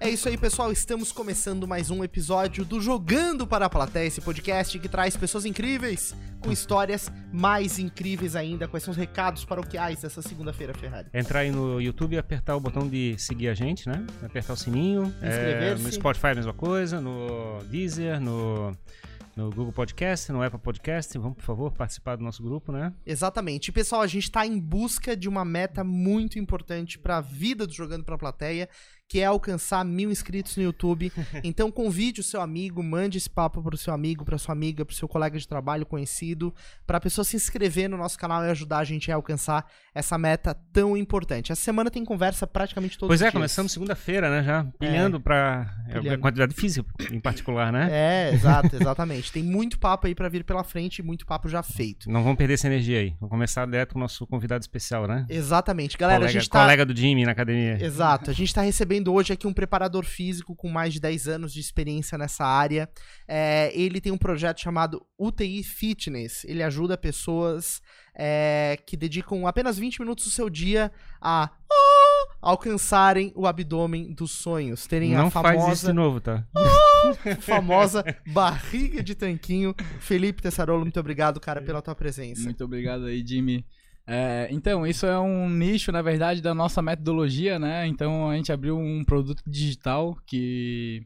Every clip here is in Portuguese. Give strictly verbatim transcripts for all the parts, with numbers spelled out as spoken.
É isso aí, pessoal. Estamos começando mais um episódio do Jogando para a Plateia, esse podcast que traz pessoas incríveis com histórias mais incríveis ainda. Quais são os recados paroquiais dessa segunda-feira, Ferrari? Entrar aí no YouTube e apertar o botão de seguir a gente, né? Apertar o sininho. Inscrever-se. É, no Spotify a mesma coisa, no Deezer, no... no Google Podcast, no Apple Podcast. Vamos, por favor, participar do nosso grupo, né? Exatamente. E, pessoal, a gente está em busca de uma meta muito importante para a vida do Jogando para a Plateia, que é alcançar mil inscritos no YouTube. Então, convide o seu amigo, mande esse papo para o seu amigo, para sua amiga, para o seu colega de trabalho conhecido, para a pessoa se inscrever no nosso canal e ajudar a gente a alcançar essa meta tão importante. Essa semana tem conversa praticamente todos os dias. Pois é, começamos segunda-feira, né? Já pilhando é. para a quantidade física em particular, né? É, exato, exatamente. Tem muito papo aí para vir pela frente e muito papo já feito. Não vamos perder essa energia aí. Vamos começar direto com o nosso convidado especial, né? Exatamente. Galera, colega, a gente tá... colega do Jimmy na academia. Exato. A gente tá recebendo hoje aqui um preparador físico com mais de dez anos de experiência nessa área. É, ele tem um projeto chamado U T I Fitness. Ele ajuda pessoas é, que dedicam apenas vinte minutos do seu dia a oh, alcançarem o abdômen dos sonhos. Terem Não a famosa... faz isso de novo, tá? Oh, famosa barriga de tanquinho. Felipe Tessarolo, muito obrigado, cara, pela tua presença. Muito obrigado aí, Jimmy. É, então, isso é um nicho, na verdade, da nossa metodologia, né? Então, a gente abriu um produto digital que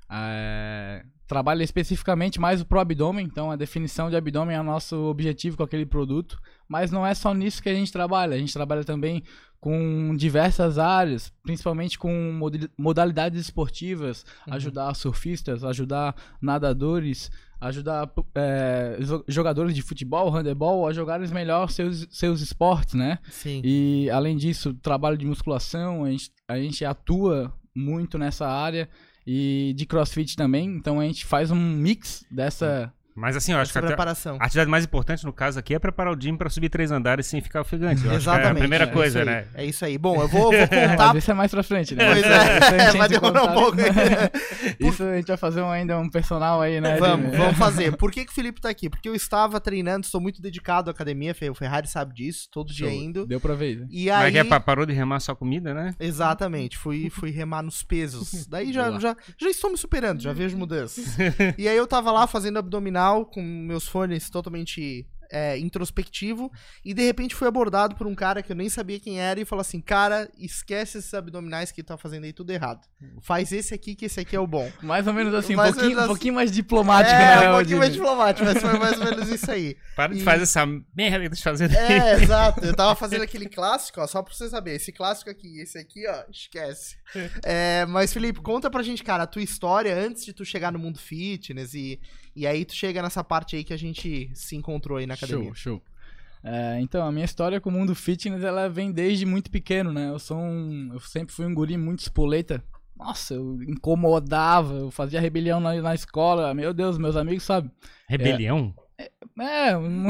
é, trabalha especificamente mais pro abdômen. Então, a definição de abdômen é o nosso objetivo com aquele produto. Mas não é só nisso que a gente trabalha. A gente trabalha também com diversas áreas, principalmente com modalidades esportivas, uhum. ajudar surfistas, ajudar nadadores, ajudar é, jogadores de futebol, handebol a jogarem melhor seus, seus esportes, né? Sim. E além disso, trabalho de musculação, a gente, a gente atua muito nessa área e de crossfit também, então a gente faz um mix dessa... Mas assim, eu acho Essa que preparação. a atividade mais importante no caso aqui é preparar o Jimmy para subir três andares sem ficar ofegante. Eu Exatamente. Acho que é a primeira é coisa, isso né? É isso aí. Bom, eu vou, vou contar... Mas isso é mais pra frente, né? Pois é, é vai demorar um pouco. Isso a gente vai fazer um, ainda um personal aí, né? Vamos, vamos fazer. Por que, que o Felipe tá aqui? Porque eu estava treinando, sou muito dedicado à academia, o Ferrari sabe disso, todo Show. dia indo. Deu pra ver. Né? E aí... Mas é que é, parou de remar só comida, né? Exatamente, fui, fui remar nos pesos. Daí já, já, já estou me superando, já vejo mudanças. E aí eu tava lá fazendo abdominal com meus fones totalmente é, introspectivo e de repente fui abordado por um cara que eu nem sabia quem era e falou assim, cara, esquece esses abdominais que tá fazendo aí tudo errado. Faz esse aqui que esse aqui é o bom. Mais ou menos assim, um, mais pouquinho, menos um pouquinho mais diplomático. É, né, um pouquinho mais diplomático, mas foi mais ou menos isso aí. Para e... de fazer essa merda que tá fazendo aí. É, exato. Eu tava fazendo aquele clássico, ó, só pra você saber. Esse clássico aqui, esse aqui, ó, esquece. É, mas, Felipe, conta pra gente, cara, a tua história antes de tu chegar no mundo fitness e, e aí tu chega nessa parte aí que a gente se encontrou aí na academia. Show, show. É, então, a minha história com o mundo fitness, ela vem desde muito pequeno, né? Eu sou um... Eu sempre fui um guri muito espoleta. Nossa, eu incomodava, eu fazia rebelião na, na escola. Meu Deus, meus amigos sabem. Rebelião? É... É,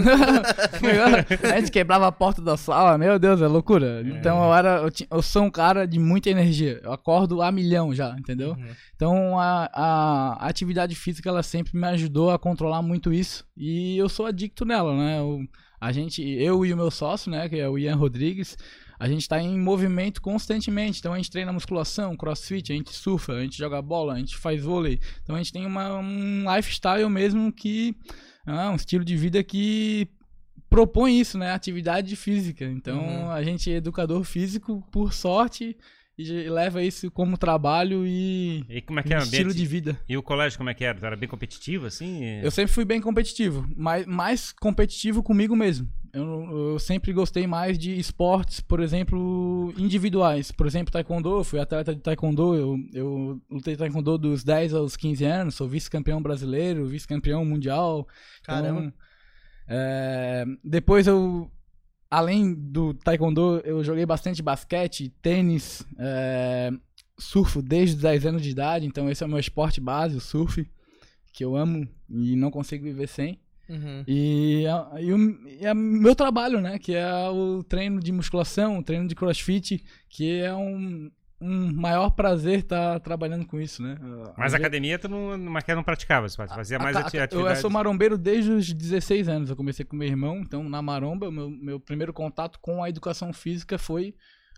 a gente quebrava a porta da sala, meu Deus, é loucura. Então eu era, eu, tinha, eu sou um cara de muita energia, eu acordo a milhão já, entendeu? Uhum. Então a, a, a atividade física, ela sempre me ajudou a controlar muito isso e eu sou adicto nela, né? Eu, a gente, eu e o meu sócio, né, que é o Ian Rodrigues, a gente tá em movimento constantemente, então a gente treina musculação, crossfit, a gente surfa, a gente joga bola, a gente faz vôlei, então a gente tem uma, um lifestyle mesmo que... Ah, um estilo de vida que propõe isso, né? Atividade física. Então, uhum. a gente é educador físico, por sorte, e leva isso como trabalho e, e como é que é, um estilo de vida. E o colégio, como é que era? Era bem competitivo, assim? Eu sempre fui bem competitivo, mas mais competitivo comigo mesmo. Eu, eu sempre gostei mais de esportes, por exemplo, individuais. Por exemplo, taekwondo, eu fui atleta de taekwondo, eu, eu lutei taekwondo dos dez aos quinze anos, sou vice-campeão brasileiro, vice-campeão mundial. Caramba. Então, é, depois eu, além do taekwondo, eu joguei bastante basquete, tênis, é, surfo desde os dez anos de idade, então esse é o meu esporte base, o surf, que eu amo e não consigo viver sem. Uhum. E, e, o, e o meu trabalho, né, que é o treino de musculação, o treino de crossfit, que é um, um maior prazer estar tá trabalhando com isso, né. Mas a academia tu não, não praticava, você fazia mais a, atividade? Eu sou marombeiro desde os dezesseis anos, eu comecei com meu irmão, então na maromba, meu, meu primeiro contato com a educação física foi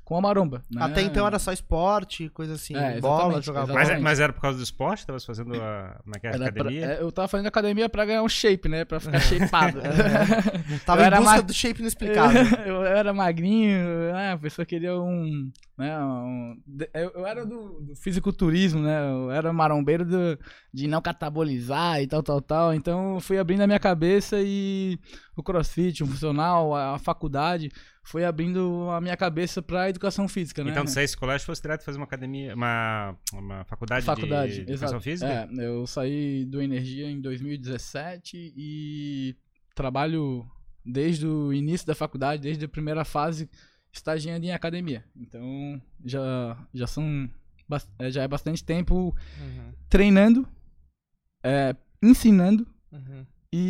com a maromba. Né? Até então era só esporte, coisa assim, É, bola, jogar bola. Mas, mas era por causa do esporte? Tava fazendo a, uma Era academia? pra, é, eu tava fazendo academia pra ganhar um shape, né? Pra ficar shapeado. É. Tava Eu em era busca ma- do shape inexplicável. eu era magrinho, né? A pessoa queria um... Né, um eu, eu era do, do fisiculturismo, né? Eu era marombeiro do, de não catabolizar e tal, tal, tal. Então eu fui abrindo a minha cabeça e o crossfit, o funcional, a, a faculdade, foi abrindo a minha cabeça pra educação física, né? Então, tu saísse do colégio e fosse direto fazer uma academia, uma, uma faculdade, Faculdade, de educação exato. física? É, eu saí do Energia em dois mil e dezessete e trabalho desde o início da faculdade, desde a primeira fase, estagiando em academia. Então, já, já são bas- é, já é bastante tempo Uhum, treinando, é, ensinando uhum.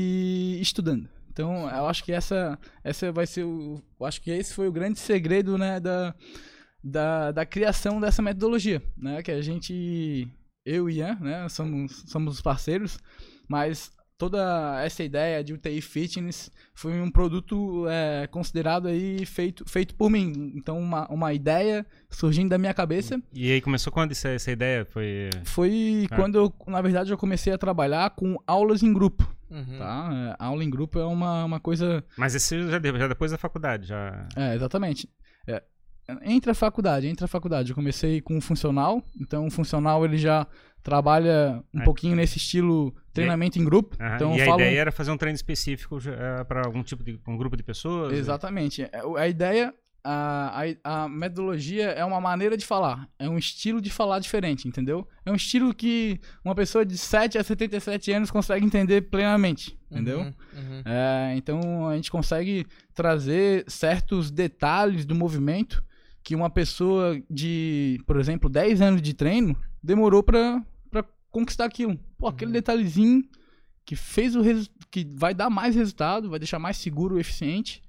e estudando. Então, eu acho que essa, essa vai ser o, eu acho que esse foi o grande segredo, né, da, da, da criação dessa metodologia, né, que a gente, eu e Ian, né, somos, somos os parceiros, mas toda essa ideia de U T I Fitness foi um produto é, considerado aí feito, feito por mim. Então, uma, uma ideia surgindo da minha cabeça. E aí começou quando essa, essa ideia? Foi... Foi Ah. quando eu, na verdade, eu comecei a trabalhar com aulas em grupo. Uhum. Tá? É, aula em grupo é uma, uma coisa... Mas esse já, de- já depois da faculdade, já... É, exatamente. É, entre a faculdade, entre a faculdade, eu comecei com o funcional. Então, o funcional, ele já trabalha um Ah, pouquinh nesse estilo treinamento em grupo. Aham. Então, E eu a falo... ideia era fazer um treino específico para algum tipo de um grupo de pessoas? Exatamente. É, o- A ideia, a, a, a metodologia é uma maneira de falar, é um estilo de falar diferente, entendeu? É um estilo que uma pessoa de sete a setenta e sete anos consegue entender plenamente, entendeu? Uhum, uhum. É, então a gente consegue trazer certos detalhes do movimento que uma pessoa de, por exemplo, dez anos de treino demorou pra, pra conquistar aquilo. Pô, aquele Uhum. detalhezinho que fez o resu- que vai dar mais resultado, vai deixar mais seguro e eficiente.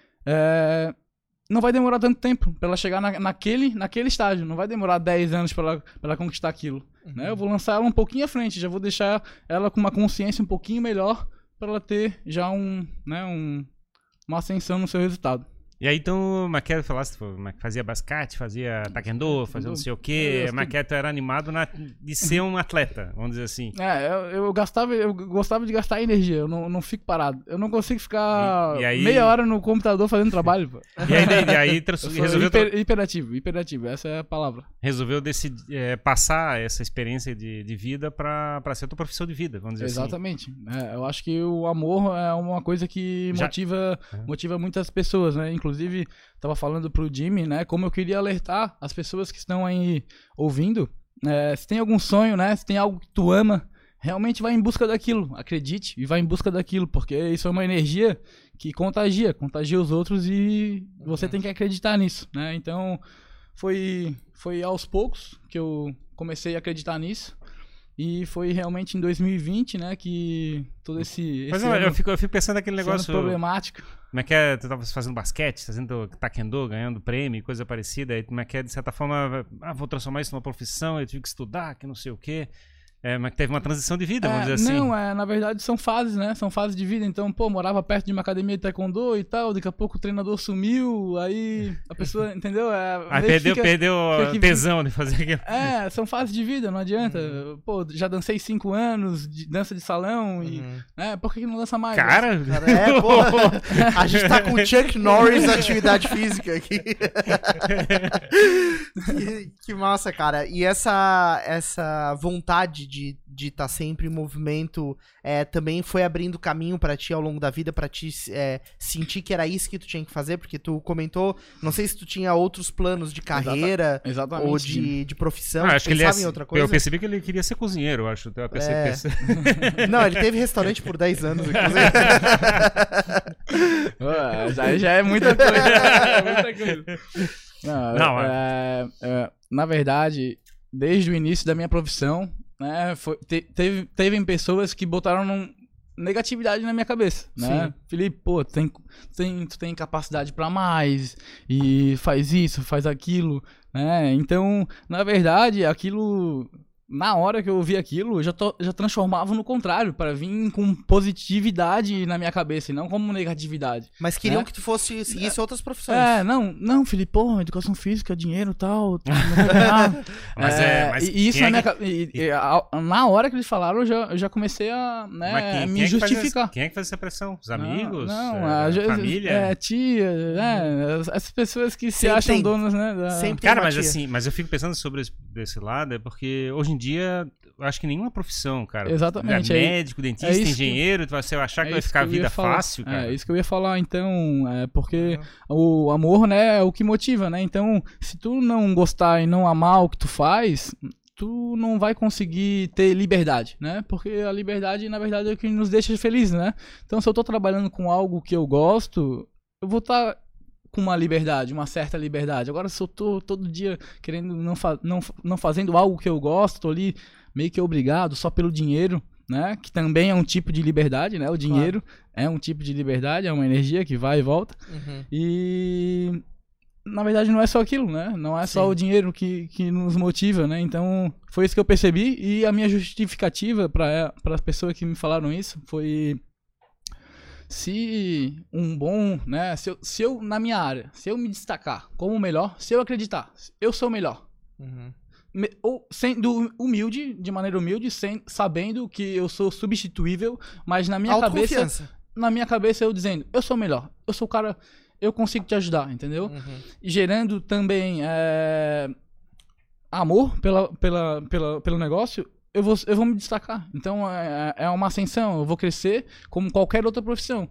É, não vai demorar tanto tempo pra ela chegar na, naquele, naquele estágio. Não vai demorar dez anos pra ela, pra ela conquistar aquilo. Né? Eu vou lançar ela um pouquinho à frente, já vou deixar ela com uma consciência um pouquinho melhor pra ela ter já um, né, um, uma ascensão no seu resultado. E aí, então, o Maquedo falasse, pô, ma- fazia basquete, fazia taekwondo, fazia não sei o quê. Eu- Maquedo era animado na- de ser um atleta, vamos dizer assim. É, eu, eu gastava, eu gostava de gastar energia, eu não, não fico parado. Eu não consigo ficar E- e aí- meia hora no computador fazendo trabalho, pô. E aí, e aí trans- Eu sou resolveu, tra- hiper- hiperativo, hiperativo, essa é a palavra. resolveu decidir, é, passar essa experiência de, de vida pra, pra ser a tua profissão de vida, vamos dizer assim. Exatamente. É, eu acho que o amor é uma coisa que Já- motiva, Uhum. motiva muitas pessoas, né? Inclusive, tava falando pro Jimmy, né? Como eu queria alertar as pessoas que estão aí ouvindo. É, se tem algum sonho, né? Se tem algo que tu ama, realmente vai em busca daquilo. Acredite e vai em busca daquilo, porque isso é uma energia que contagia, contagia os outros e você tem que acreditar nisso, né? Então, foi, foi aos poucos que eu comecei a acreditar nisso. E foi realmente em dois mil e vinte, né, que todo esse, Mas esse não, ano, eu, fico, eu fico pensando naquele esse ano negócio. problemático. Como é que é? Tu tava fazendo basquete, fazendo taekwondo, ganhando prêmio, e coisa parecida. Aí como é que é, de certa forma, ah, vou transformar isso numa profissão, eu tive que estudar, que não sei o quê. É, mas que teve uma transição de vida, vamos É, dizer assim. não, é, na verdade são fases, né? São fases de vida. Então, pô, morava perto de uma academia de taekwondo e tal, daqui a pouco o treinador sumiu, aí a pessoa, entendeu? É, Aí meio que perdeu, fica- perdeu fica o que- tesão de fazer aquilo. É, são fases de vida, não adianta. Pô, já dancei cinco anos de dança de salão e, Uhum. né, por que que não dança mais? Cara, Cara, é, porra. A gente tá com o Chuck Norris da atividade física aqui. que, que massa, cara. E essa, essa vontade de de estar sempre em movimento é, também foi abrindo caminho pra ti ao longo da vida, pra ti é, sentir que era isso que tu tinha que fazer, porque tu comentou, não sei se tu tinha outros planos de carreira Exatamente. ou de, de profissão, Ah, tu acho que ele pensava ia, em outra coisa? eu percebi que ele queria ser cozinheiro, eu acho. Eu pensei, É. pensei- Não, ele teve restaurante por dez anos, inclusive. Ué, já, já é muita coisa. É muita coisa. Não, Não, é, é, na verdade, desde o início da minha profissão, né, foi, te, teve, teve pessoas que botaram num, negatividade na minha cabeça, né? Sim. Felipe, pô, tu tem, tem, tu tem capacidade pra mais, e faz isso, faz aquilo, né? Então, na verdade, aquilo na hora que eu ouvi aquilo, eu já, tô, já transformava no contrário, para vir com positividade na minha cabeça e não como negatividade. Mas queriam né? que tu fosse, seguisse é, outras profissões. É, não, não, Felipe, porra, educação física, dinheiro e tal. mas é, é, mas e isso na, é minha, que... e, e, a, na hora que eles falaram, eu já, eu já comecei a, né, quem, a me quem justificar. É que quem é que faz essa pressão? Os amigos? Não, não é, a, família? É, tia, é, as pessoas que se Sempre acham tem. donas, né? Da... Sempre Cara, mas tia. assim, mas eu fico pensando sobre esse, desse lado, é porque hoje em dia, eu acho que nenhuma profissão, cara. Exatamente. É médico, dentista, é engenheiro, que... você vai achar que é vai ficar a vida fácil, cara. É isso que eu ia falar, então, é porque uhum. o amor, né, é o que motiva, né? Então, se tu não gostar e não amar o que tu faz, tu não vai conseguir ter liberdade, né? Porque a liberdade, na verdade, é o que nos deixa felizes, né? Então, se eu tô trabalhando com algo que eu gosto, eu vou estar... Tá com uma liberdade, uma certa liberdade. Agora, se eu tô todo dia querendo não, fa não, não fazendo algo que eu gosto, tô ali meio que obrigado só pelo dinheiro, né? Que também é um tipo de liberdade, né? O dinheiro claro. é um tipo de liberdade, é uma energia que vai e volta. Uhum. E na verdade não é só aquilo, né? Não é Sim. só o dinheiro que, que nos motiva, né? Então foi isso que eu percebi e a minha justificativa para as pessoas que me falaram isso foi... Se um bom, né, se eu, se eu, na minha área, se eu me destacar como o melhor, se eu acreditar, eu sou o melhor. Uhum. Me, ou sendo humilde, de maneira humilde, sem, sabendo que eu sou substituível, mas na minha cabeça, na minha cabeça eu dizendo, eu sou o melhor, eu sou o cara, eu consigo te ajudar, entendeu? Uhum. E gerando também é, amor pela, pela, pela, pelo negócio, Eu vou, eu vou me destacar. Então, é, é uma ascensão. Eu vou crescer como qualquer outra profissão.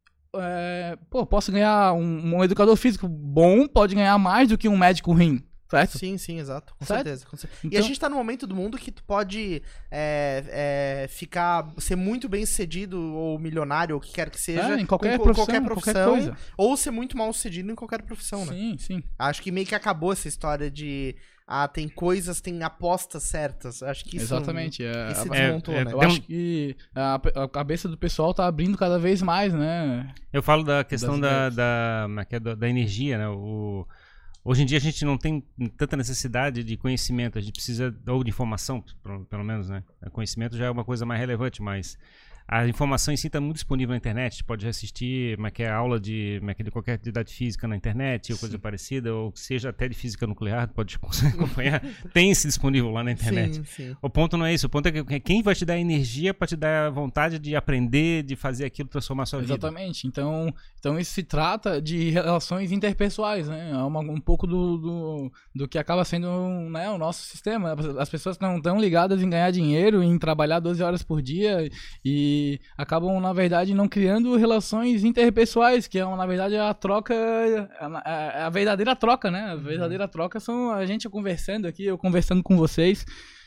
É, pô, posso ganhar um, um educador físico bom, pode ganhar mais do que um médico ruim, certo? Sim, sim, exato. Com certo? certeza. Com certeza. Então, e a gente tá num momento do mundo que tu pode é, é, ficar, ser muito bem sucedido ou milionário, ou o que quer que seja, é, em qualquer com, profissão, qualquer profissão qualquer coisa. Ou ser muito mal sucedido em qualquer profissão, né? Sim, sim. Acho que meio que acabou essa história de... Ah, tem coisas, tem apostas certas. Acho que isso... Exatamente. É, isso se é, desmontou, é, né? Eu acho que a, a cabeça do pessoal tá abrindo cada vez mais, né? Eu falo da questão da, da, da, da energia, né? O, hoje em dia a gente não tem tanta necessidade de conhecimento, a gente precisa, ou de informação, pelo menos, né? O conhecimento já é uma coisa mais relevante, mas... A informação em si está muito disponível na internet. Você pode assistir como é que é, aula de, como é que é, de qualquer atividade física na internet, ou coisa Sim. parecida, ou seja até de física nuclear, pode acompanhar. Tem esse disponível lá na internet. Sim, sim. O ponto não é isso. O ponto é que quem vai te dar energia para te dar a vontade de aprender, de fazer aquilo, transformar a sua vida. Exatamente. Então, então isso se trata de relações interpessoais, né? É uma, um pouco do, do, do que acaba sendo, né, o nosso sistema. As pessoas não estão ligadas em ganhar dinheiro, em trabalhar doze horas por dia e E acabam, na verdade, não criando relações interpessoais, que é, na verdade, a troca, a, a verdadeira troca, né? A verdadeira troca são a gente conversando aqui, eu conversando com vocês,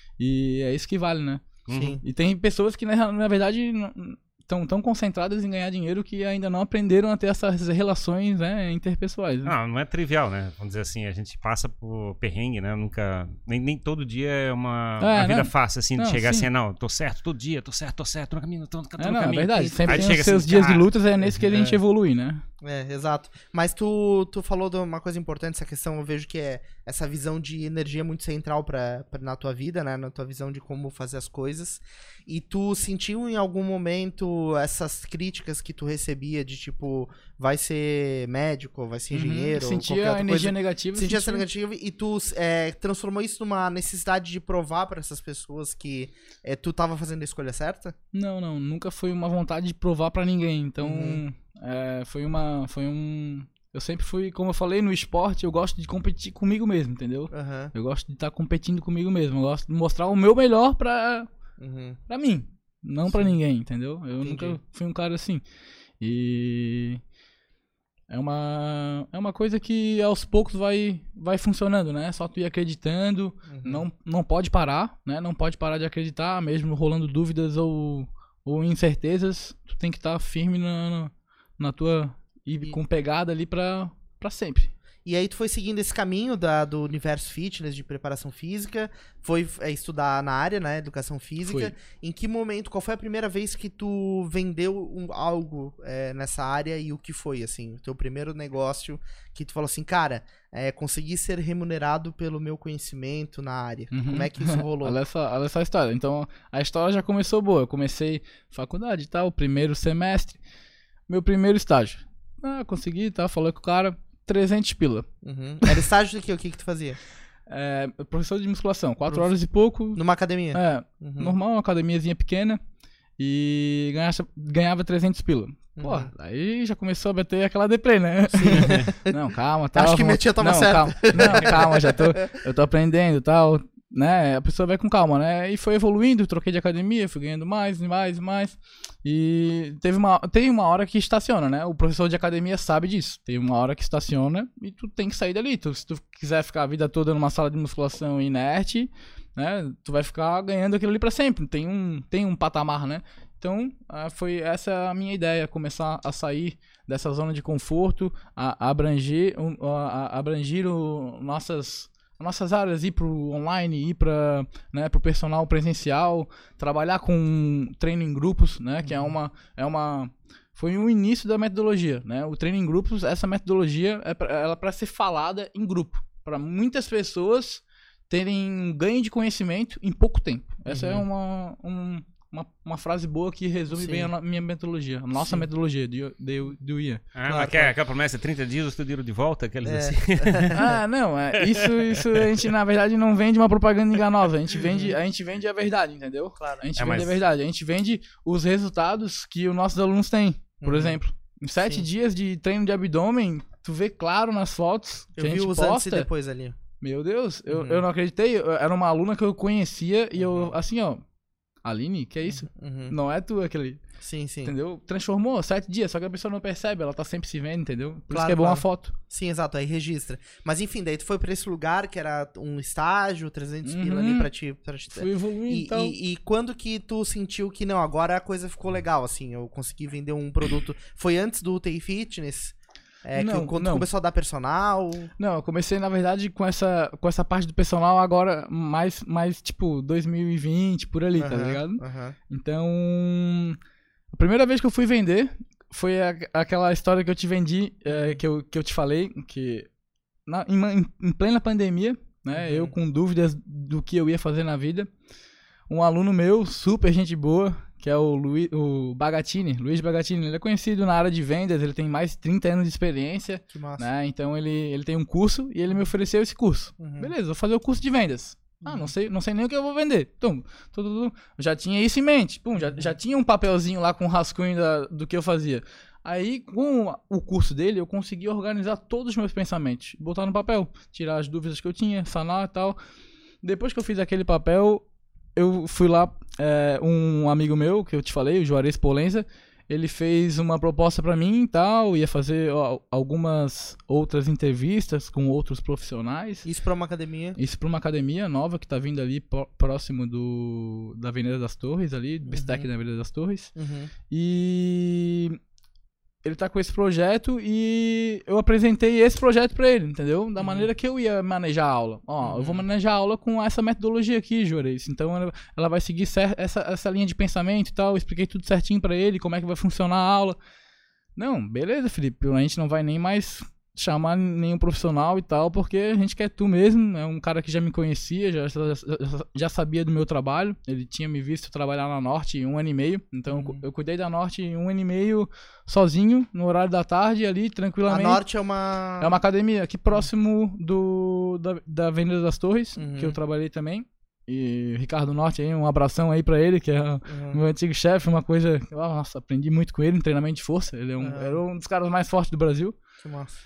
e é isso que vale, né? Sim. E tem pessoas que, na, na verdade, estão tão concentradas em ganhar dinheiro que ainda não aprenderam a ter essas relações, né, interpessoais. Né? Não, não é trivial, né? Vamos dizer assim, a gente passa por perrengue, né? Nunca, nem, nem todo dia é uma, é, uma vida fácil, assim, de não, chegar sim. assim, não, tô certo todo dia, tô certo, tô certo, tô no caminho, tô, tô no é, não, caminho. É verdade, sempre Aí tem os seus assim, dias ah, de lutas, é nesse que a gente é. evolui, né? É, exato. Mas tu, tu falou de uma coisa importante, essa questão, eu vejo que é essa visão de energia muito central pra, pra, na tua vida, né? Na tua visão de como fazer as coisas. E tu sentiu em algum momento essas críticas que tu recebia de tipo, vai ser médico, vai ser engenheiro, uhum. Sentia ou qualquer outra a energia coisa. negativa. Sentia sentia... essa negativa e tu é, transformou isso numa necessidade de provar pra essas pessoas que é, tu tava fazendo a escolha certa? Não, não. Nunca foi uma vontade de provar pra ninguém. Então... Uhum. É, foi uma, foi um, eu sempre fui, como eu falei, no esporte, eu gosto de competir comigo mesmo, entendeu? Uhum. Eu gosto de estar tá competindo comigo mesmo, eu gosto de mostrar o meu melhor pra, uhum. pra mim, não Sim. pra ninguém, entendeu? Eu Entendi. Nunca fui um cara assim. E é uma, é uma coisa que aos poucos vai, vai funcionando, né? Só tu ir acreditando, uhum. não, não pode parar, né? Não pode parar de acreditar, mesmo rolando dúvidas ou, ou incertezas, tu tem que estar tá firme na, na na tua... E, e com pegada ali pra, pra sempre. E aí tu foi seguindo esse caminho da, do universo fitness, de preparação física, foi é, estudar na área, né, educação física. Foi. Em que momento, qual foi a primeira vez que tu vendeu um, algo é, nessa área e o que foi, assim, o teu primeiro negócio que tu falou assim, cara, é, consegui ser remunerado pelo meu conhecimento na área. Uhum. Como é que isso rolou? olha, essa, olha essa história. Então, a história já começou boa. Eu comecei faculdade e tal, primeiro semestre, meu primeiro estágio. Ah, consegui, tá, falei com o cara, trezentos pila. Uhum. Era estágio do quê? O que que tu fazia? É, professor de musculação, quatro Prof... horas e pouco. Numa academia? É, uhum. normal, uma academiazinha pequena. E ganhava, ganhava trezentos pila. Pô, Uhum. aí já começou a bater aquela deprê, né? Sim. Não, calma, tal. Acho que minha tia tava não, certa. Calma, não, calma, já tô, eu tô aprendendo e tal, né? A pessoa vai com calma, né? E foi evoluindo, troquei de academia, fui ganhando mais, mais, mais. E teve uma, tem uma hora que estaciona, né? O professor de academia sabe disso. Tem uma hora que estaciona e tu tem que sair dali. Tu, se tu quiser ficar a vida toda numa sala de musculação inerte, né? Tu vai ficar ganhando aquilo ali pra sempre. Tem um, tem um patamar, né? Então, foi essa a minha ideia, começar a sair dessa zona de conforto, a, a abranger, a, a abranger o, nossas, nossas áreas, ir pro online, ir para, né, pro personal presencial, trabalhar com treino em grupos, né, que é uma, é uma, foi o início da metodologia, né, o treino em grupos, essa metodologia, é pra, ela é para ser falada em grupo, para muitas pessoas terem um ganho de conhecimento em pouco tempo. Essa uhum. é uma... Um, Uma, uma frase boa que resume Sim. bem a minha metodologia, a nossa Sim. metodologia do, do, do I A. Ah, claro, aquela, aquela promessa, trinta dias, o dinheiro de volta, aqueles é. assim. Ah, não, é, isso, isso a gente na verdade não vende uma propaganda enganosa, a gente vende a, gente vende a verdade, entendeu? Claro. A gente é, vende mas... a verdade, a gente vende os resultados que os nossos alunos têm, por uhum. exemplo. Em sete Sim. dias de treino de abdômen, tu vê claro nas fotos que eu a gente vi os posta. antes e depois ali. Meu Deus, eu, uhum. eu não acreditei, eu, era uma aluna que eu conhecia e uhum. eu, assim, ó, Aline, que é isso? Uhum. Não é tu aquele. Sim, sim. Entendeu? Transformou sete dias, só que a pessoa não percebe, ela tá sempre se vendo, entendeu? Por claro, isso que é bom claro. a foto. Sim, exato, aí registra. Mas enfim, daí tu foi pra esse lugar que era um estágio, trezentos uhum. pila ali pra te... Pra te... Fui evoluindo e, então. e, e quando que tu sentiu que, não, agora a coisa ficou legal, assim, eu consegui vender um produto... Foi antes do U T I Fitness? É, não, que quando não. tu começou a dar personal? Não, eu comecei, na verdade, com essa, com essa parte do personal agora, mais, mais tipo, dois mil e vinte, por ali, uhum, tá ligado? Uhum. Então, a primeira vez que eu fui vender foi a, aquela história que eu te vendi, é, que, eu, que eu te falei, que na, em, em plena pandemia, né, uhum. eu com dúvidas do que eu ia fazer na vida, um aluno meu, super gente boa, que é o, Luiz, o Bagatini, Luiz Bagatini, ele é conhecido na área de vendas, ele tem mais de trinta anos de experiência, que massa. Né? Então ele, ele tem um curso e ele me ofereceu esse curso. Uhum. Beleza, vou fazer o curso de vendas. Uhum. Ah, não sei, não sei nem o que eu vou vender. Então, tudo, tudo, já tinha isso em mente. Pum, já, já tinha um papelzinho lá com um rascunho da, do que eu fazia. Aí, com o curso dele, eu consegui organizar todos os meus pensamentos, botar no papel, tirar as dúvidas que eu tinha, sanar e tal. Depois que eu fiz aquele papel, eu fui lá, é, um amigo meu, que eu te falei, o Juarez Polenza, ele fez uma proposta pra mim e tal, ia fazer ó, algumas outras entrevistas com outros profissionais. Isso pra uma academia? Isso pra uma academia nova que tá vindo ali próximo do, da Avenida das Torres, ali, do Bistec uhum. da Avenida das Torres. Uhum. E... ele tá com esse projeto e eu apresentei esse projeto pra ele, entendeu? Da uhum. maneira que eu ia manejar a aula. Ó, uhum. eu vou manejar a aula com essa metodologia aqui, Juarez. Então ela, ela vai seguir essa, essa linha de pensamento e tal. Eu expliquei tudo certinho pra ele, como é que vai funcionar a aula. Não, beleza, Felipe. A gente não vai nem mais chamar nenhum profissional e tal, porque a gente quer tu mesmo. É um cara que já me conhecia, já, já, já sabia do meu trabalho. Ele tinha me visto trabalhar na Norte em um ano e meio. Então uhum. eu cuidei da Norte em um ano e meio sozinho, no horário da tarde, ali, tranquilamente. A Norte é uma... É uma academia aqui próximo do, da, da Avenida das Torres, uhum. que eu trabalhei também. E Ricardo Norte aí, um abração aí pra ele, que é uhum. meu antigo chefe, uma coisa... Nossa, aprendi muito com ele, em treinamento de força. Ele é um, uhum. era um dos caras mais fortes do Brasil. Que massa.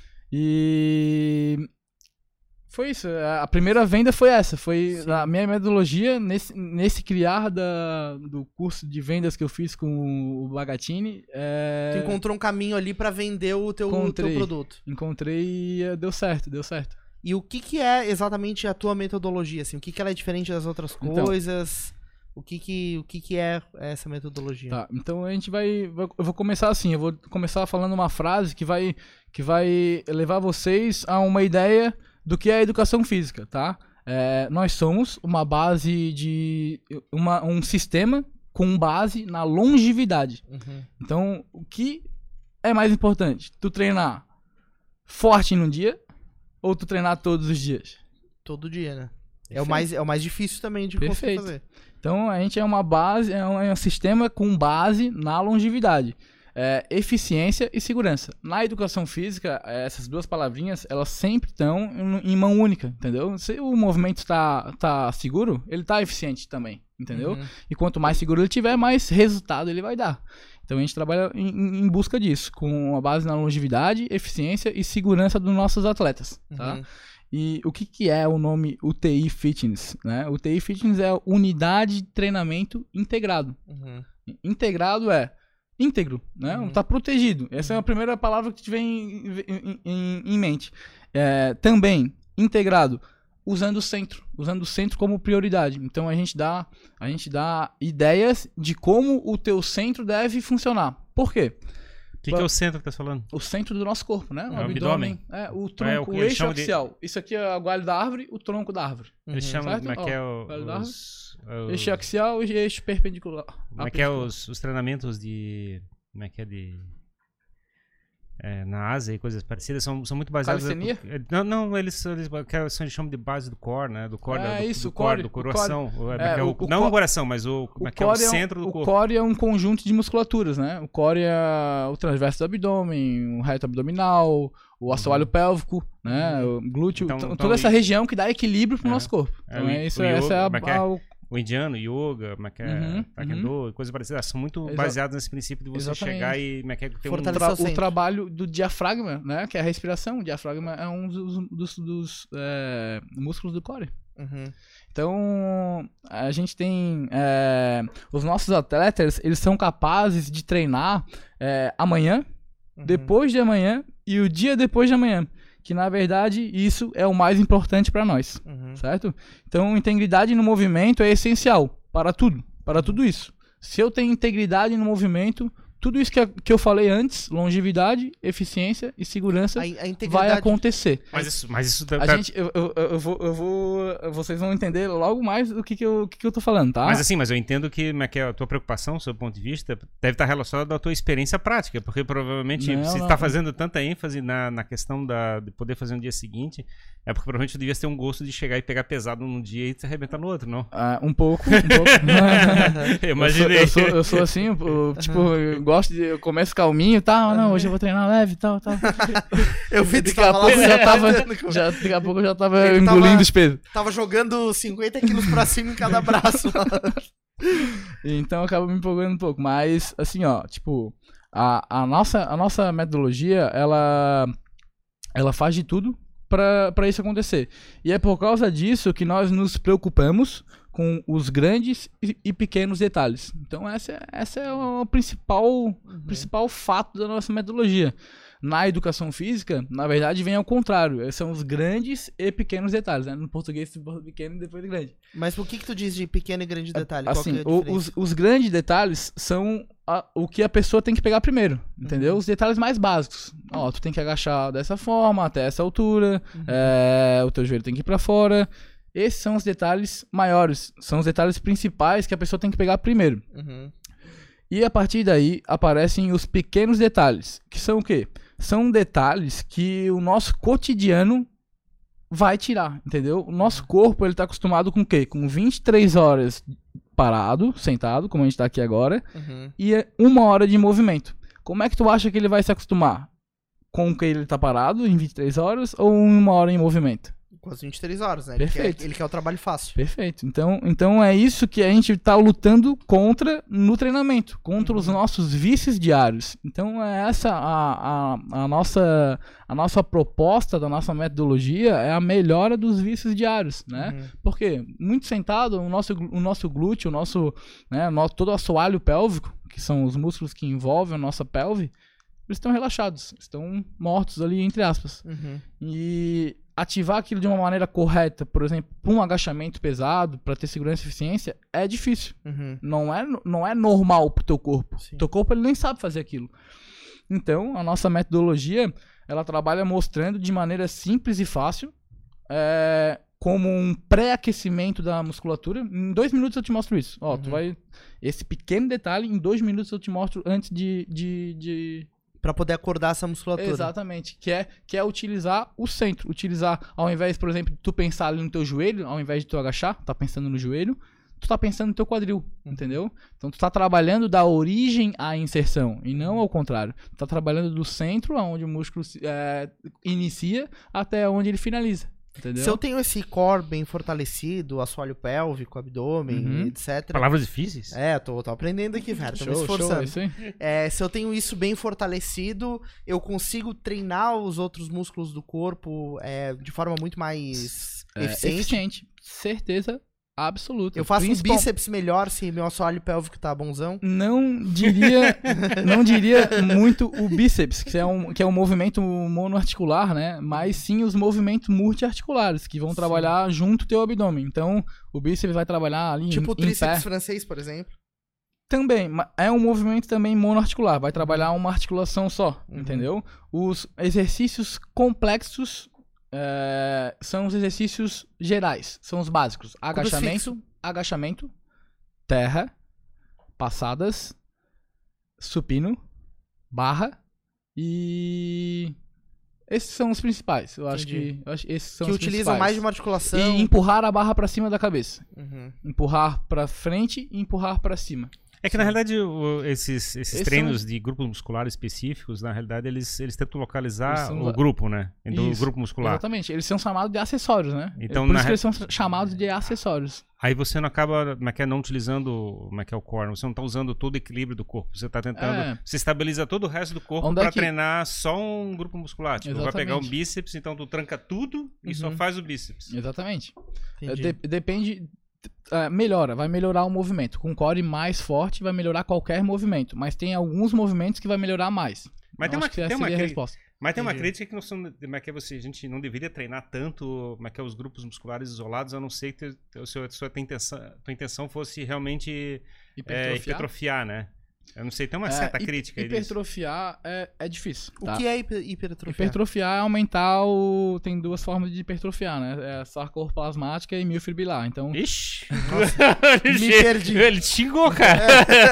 E foi isso, a primeira venda foi essa, foi Sim. a minha metodologia nesse, nesse criar da, do curso de vendas que eu fiz com o Bagatini. É... Tu encontrou um caminho ali pra vender o teu, teu produto. Encontrei e deu certo, deu certo. E o que que é exatamente a tua metodologia, assim? O que que ela é diferente das outras coisas? O que que, o que que é essa metodologia? Tá, então a gente vai, vai... Eu vou começar assim, eu vou começar falando uma frase que vai, que vai levar vocês a uma ideia do que é a educação física, tá? É, nós somos uma base de... Uma, um sistema com base na longevidade. Uhum. Então, o que é mais importante? Tu treinar forte num dia ou tu treinar todos os dias? Todo dia, né? É o, mais, é o mais difícil também de conseguir fazer. Então, a gente é uma base, é um, é um sistema com base na longevidade. É, eficiência e segurança. Na educação física, essas duas palavrinhas, elas sempre estão em, em mão única, entendeu? Se o movimento está tá seguro, ele está eficiente também, entendeu? Uhum. E quanto mais seguro ele tiver, mais resultado ele vai dar. Então, a gente trabalha em, em busca disso, com a base na longevidade, eficiência e segurança dos nossos atletas, tá? Uhum. E o que, que é o nome U T I Fitness? Né? U T I Fitness é Unidade de Treinamento Integrado. Uhum. Integrado é íntegro, né? Uhum. Tá protegido. Essa é a primeira palavra que te vem em, em, em, em mente. É, também, integrado, usando o centro. Usando o centro como prioridade. Então a gente dá, a gente dá ideias de como o teu centro deve funcionar. Por quê? O que, que é o centro que tá falando? O centro do nosso corpo, né? O, é, abdômen. É, o tronco, é, o, o eixo axial. De... Isso aqui é o galho da árvore, o tronco da árvore. Uhum. Eles chamam, como é que é o... Os, os... Eixo axial e eixo perpendicular. Como é que é os, os treinamentos de... Como é que é de... É, na Ásia e coisas parecidas são, são muito baseados... Calistenia? Não, não, eles, eles, eles chamam de base do core, né? Do core, é, do, isso, do core, do coração. É, é, o, o, não o coração, mas o, o, é, que é o centro é um, do o corpo. O core é um conjunto de musculaturas, né? O core é o transverso do abdômen, o reto abdominal, o assoalho uhum. pélvico, né? O glúteo, então, então, toda essa e... região que dá equilíbrio pro é, nosso corpo. Então, é, isso, essa é a... a o indiano, yoga, uhum, taekwondo, uhum. coisas parecidas, são muito Exa baseados nesse princípio de você Exatamente. chegar e ter um tra o trabalho do diafragma, né, que é a respiração. O diafragma é um dos, dos, dos é, músculos do core. Uhum. Então, a gente tem é, os nossos atletas, eles são capazes de treinar é, amanhã, uhum. depois de amanhã e o dia depois de amanhã. Que na verdade isso é o mais importante para nós, uhum. certo? Então integridade no movimento é essencial para tudo, para tudo isso. Se eu tenho integridade no movimento, tudo isso que, que eu falei antes, longevidade, eficiência e segurança, a, a integridade... vai acontecer. Mas isso, mas isso tá... a gente, eu, eu, eu, vou, eu vou, vocês vão entender logo mais do que, que, eu, que, que eu tô falando, tá? Mas assim, mas eu entendo que, que a tua preocupação, do seu ponto de vista, deve estar relacionada à tua experiência prática, porque provavelmente não, você está fazendo tanta ênfase na, na questão da, de poder fazer no dia seguinte, é porque provavelmente tu devias ter um gosto de chegar e pegar pesado num dia e se arrebentar no outro, não? Ah, um pouco, um pouco. eu imaginei. Eu sou, eu sou, eu sou assim, eu, tipo, eu gosto de, eu começo calminho e tal, não, hoje eu vou treinar leve e tal, tal. Eu vi daqui a pouco já tava, já, daqui a pouco eu já tava Ele engolindo tava, os pesos. Tava jogando cinquenta quilos pra cima em cada braço. Então acaba me empolgando um pouco, mas assim, ó, tipo, a, a, nossa, a nossa metodologia, ela, ela faz de tudo pra, pra isso acontecer. E é por causa disso que nós nos preocupamos com os grandes e, e pequenos detalhes. Então essa, essa é o principal, uhum. principal fato da nossa metodologia. Na educação física, na verdade, vem ao contrário. São os grandes e pequenos detalhes. Né? No português, pequeno e depois grande. Mas por que que tu diz de pequeno e grande detalhe? Assim, Qual que é a os, os grandes detalhes são a, o que a pessoa tem que pegar primeiro, entendeu? Uhum. Os detalhes mais básicos. Ó, tu tem que agachar dessa forma, até essa altura, uhum. é, o teu joelho tem que ir pra fora. Esses são os detalhes maiores, são os detalhes principais que a pessoa tem que pegar primeiro. Uhum. E a partir daí aparecem os pequenos detalhes, que são o quê? São detalhes que o nosso cotidiano vai tirar, entendeu? O nosso corpo, ele tá acostumado com o quê? Com vinte e três horas parado, sentado, como a gente tá aqui agora, uhum. e uma hora de movimento. Como é que tu acha que ele vai se acostumar? Com que ele tá parado em vinte e três horas ou em uma hora em movimento? Com as vinte e três horas, né? Perfeito. Ele quer, ele quer o trabalho fácil. Perfeito. Então, então é isso que a gente tá lutando contra no treinamento, contra uhum. os nossos vícios diários. Então é essa a, a, a, nossa, a nossa proposta da nossa metodologia, é a melhora dos vícios diários, né? Uhum. Porque muito sentado, o nosso, o nosso glúteo, o nosso, né, todo o assoalho pélvico, que são os músculos que envolvem a nossa pelve, eles estão relaxados, estão mortos ali, entre aspas. Uhum. E ativar aquilo de uma maneira correta, por exemplo, para um agachamento pesado, para ter segurança e eficiência, é difícil. Uhum. Não é, não é normal pro teu corpo. Sim. Teu corpo ele nem sabe fazer aquilo. Então, a nossa metodologia, ela trabalha mostrando de maneira simples e fácil, é, como um pré-aquecimento da musculatura. Em dois minutos eu te mostro isso. Ó, Uhum. tu vai, esse pequeno detalhe, em dois minutos eu te mostro antes de... de, de... Pra poder acordar essa musculatura. Exatamente, que é, que é utilizar o centro. Utilizar, ao invés, por exemplo, de tu pensar ali no teu joelho, ao invés de tu agachar, tá pensando no joelho, tu tá pensando no teu quadril, entendeu? Então tu tá trabalhando da origem à inserção, e não ao contrário. Tu tá trabalhando do centro, aonde o músculo é, inicia, até onde ele finaliza. Entendeu? Se eu tenho esse core bem fortalecido, assoalho pélvico, abdômen, Uhum. etcétera. Palavras difíceis? É, tô, tô aprendendo aqui, velho. Tô me Show, show, esforçando. é isso aí. É, se eu tenho isso bem fortalecido, eu consigo treinar os outros músculos do corpo é, de forma muito mais É, eficiente. eficiente. Certeza absoluta. Eu faço um Principal- bíceps melhor se meu assoalho pélvico tá bonzão. Não diria, não diria muito o bíceps, que é um, que é um movimento monoarticular, né? Mas sim os movimentos multiarticulares, que vão Sim. trabalhar junto ao teu abdômen. Então, o bíceps vai trabalhar ali Tipo o em, em tríceps pé. francês, por exemplo. Também, ma- é um movimento também monoarticular, vai trabalhar uma articulação só, Uhum. entendeu? Os exercícios complexos é, são os exercícios gerais, são os básicos. Agachamento, agachamento, terra, passadas, supino, barra e... Esses são os principais, eu acho Entendi. que, eu acho que esses são Que os utilizam principais. mais de uma articulação. E empurrar a barra pra cima da cabeça. Uhum. Empurrar pra frente e empurrar pra cima. É que, na realidade, o- esses, esses Esses treinos são- de grupos musculares específicos, na realidade, eles, eles tentam localizar Eles são o da- grupo, né? Do Isso, grupo muscular. Exatamente, eles são chamados de acessórios, né? Então, Por na isso que re- eles são chamados de acessórios. Aí você não acaba, como é que é, não utilizando, como é que é o core, você não está usando todo o equilíbrio do corpo, você está tentando, É. você estabiliza todo o resto do corpo Onde é para que- treinar só um grupo muscular. Tipo, vai pegar um Exatamente. bíceps, então tu tranca tudo e só Uhum. faz o bíceps. Exatamente. É, Entendi. de- depende. é, melhora, vai melhorar o movimento. Com core mais forte, vai melhorar qualquer movimento. Mas tem alguns movimentos que vai melhorar mais. Mas Eu tem uma, acho que essa tem uma seria a cri- resposta. Mas tem uma Entendi. crítica que, não são, como é que você, a gente não deveria treinar tanto como é que é, os grupos musculares isolados, a não ser que a sua, a sua tua intenção, tua intenção fosse realmente é, Hipertrofiar. hipertrofiar, né? Eu não sei, tem uma É, certa hi- crítica aí disso. Hipertrofiar é, é difícil. O tá? que é hiper- hipertrofiar? Hipertrofiar é aumentar o. Tem duas formas de hipertrofiar, né? É sarcoplasmática e miofibrillar. Então, Ixi! Me perdi. Ele te xingou, cara.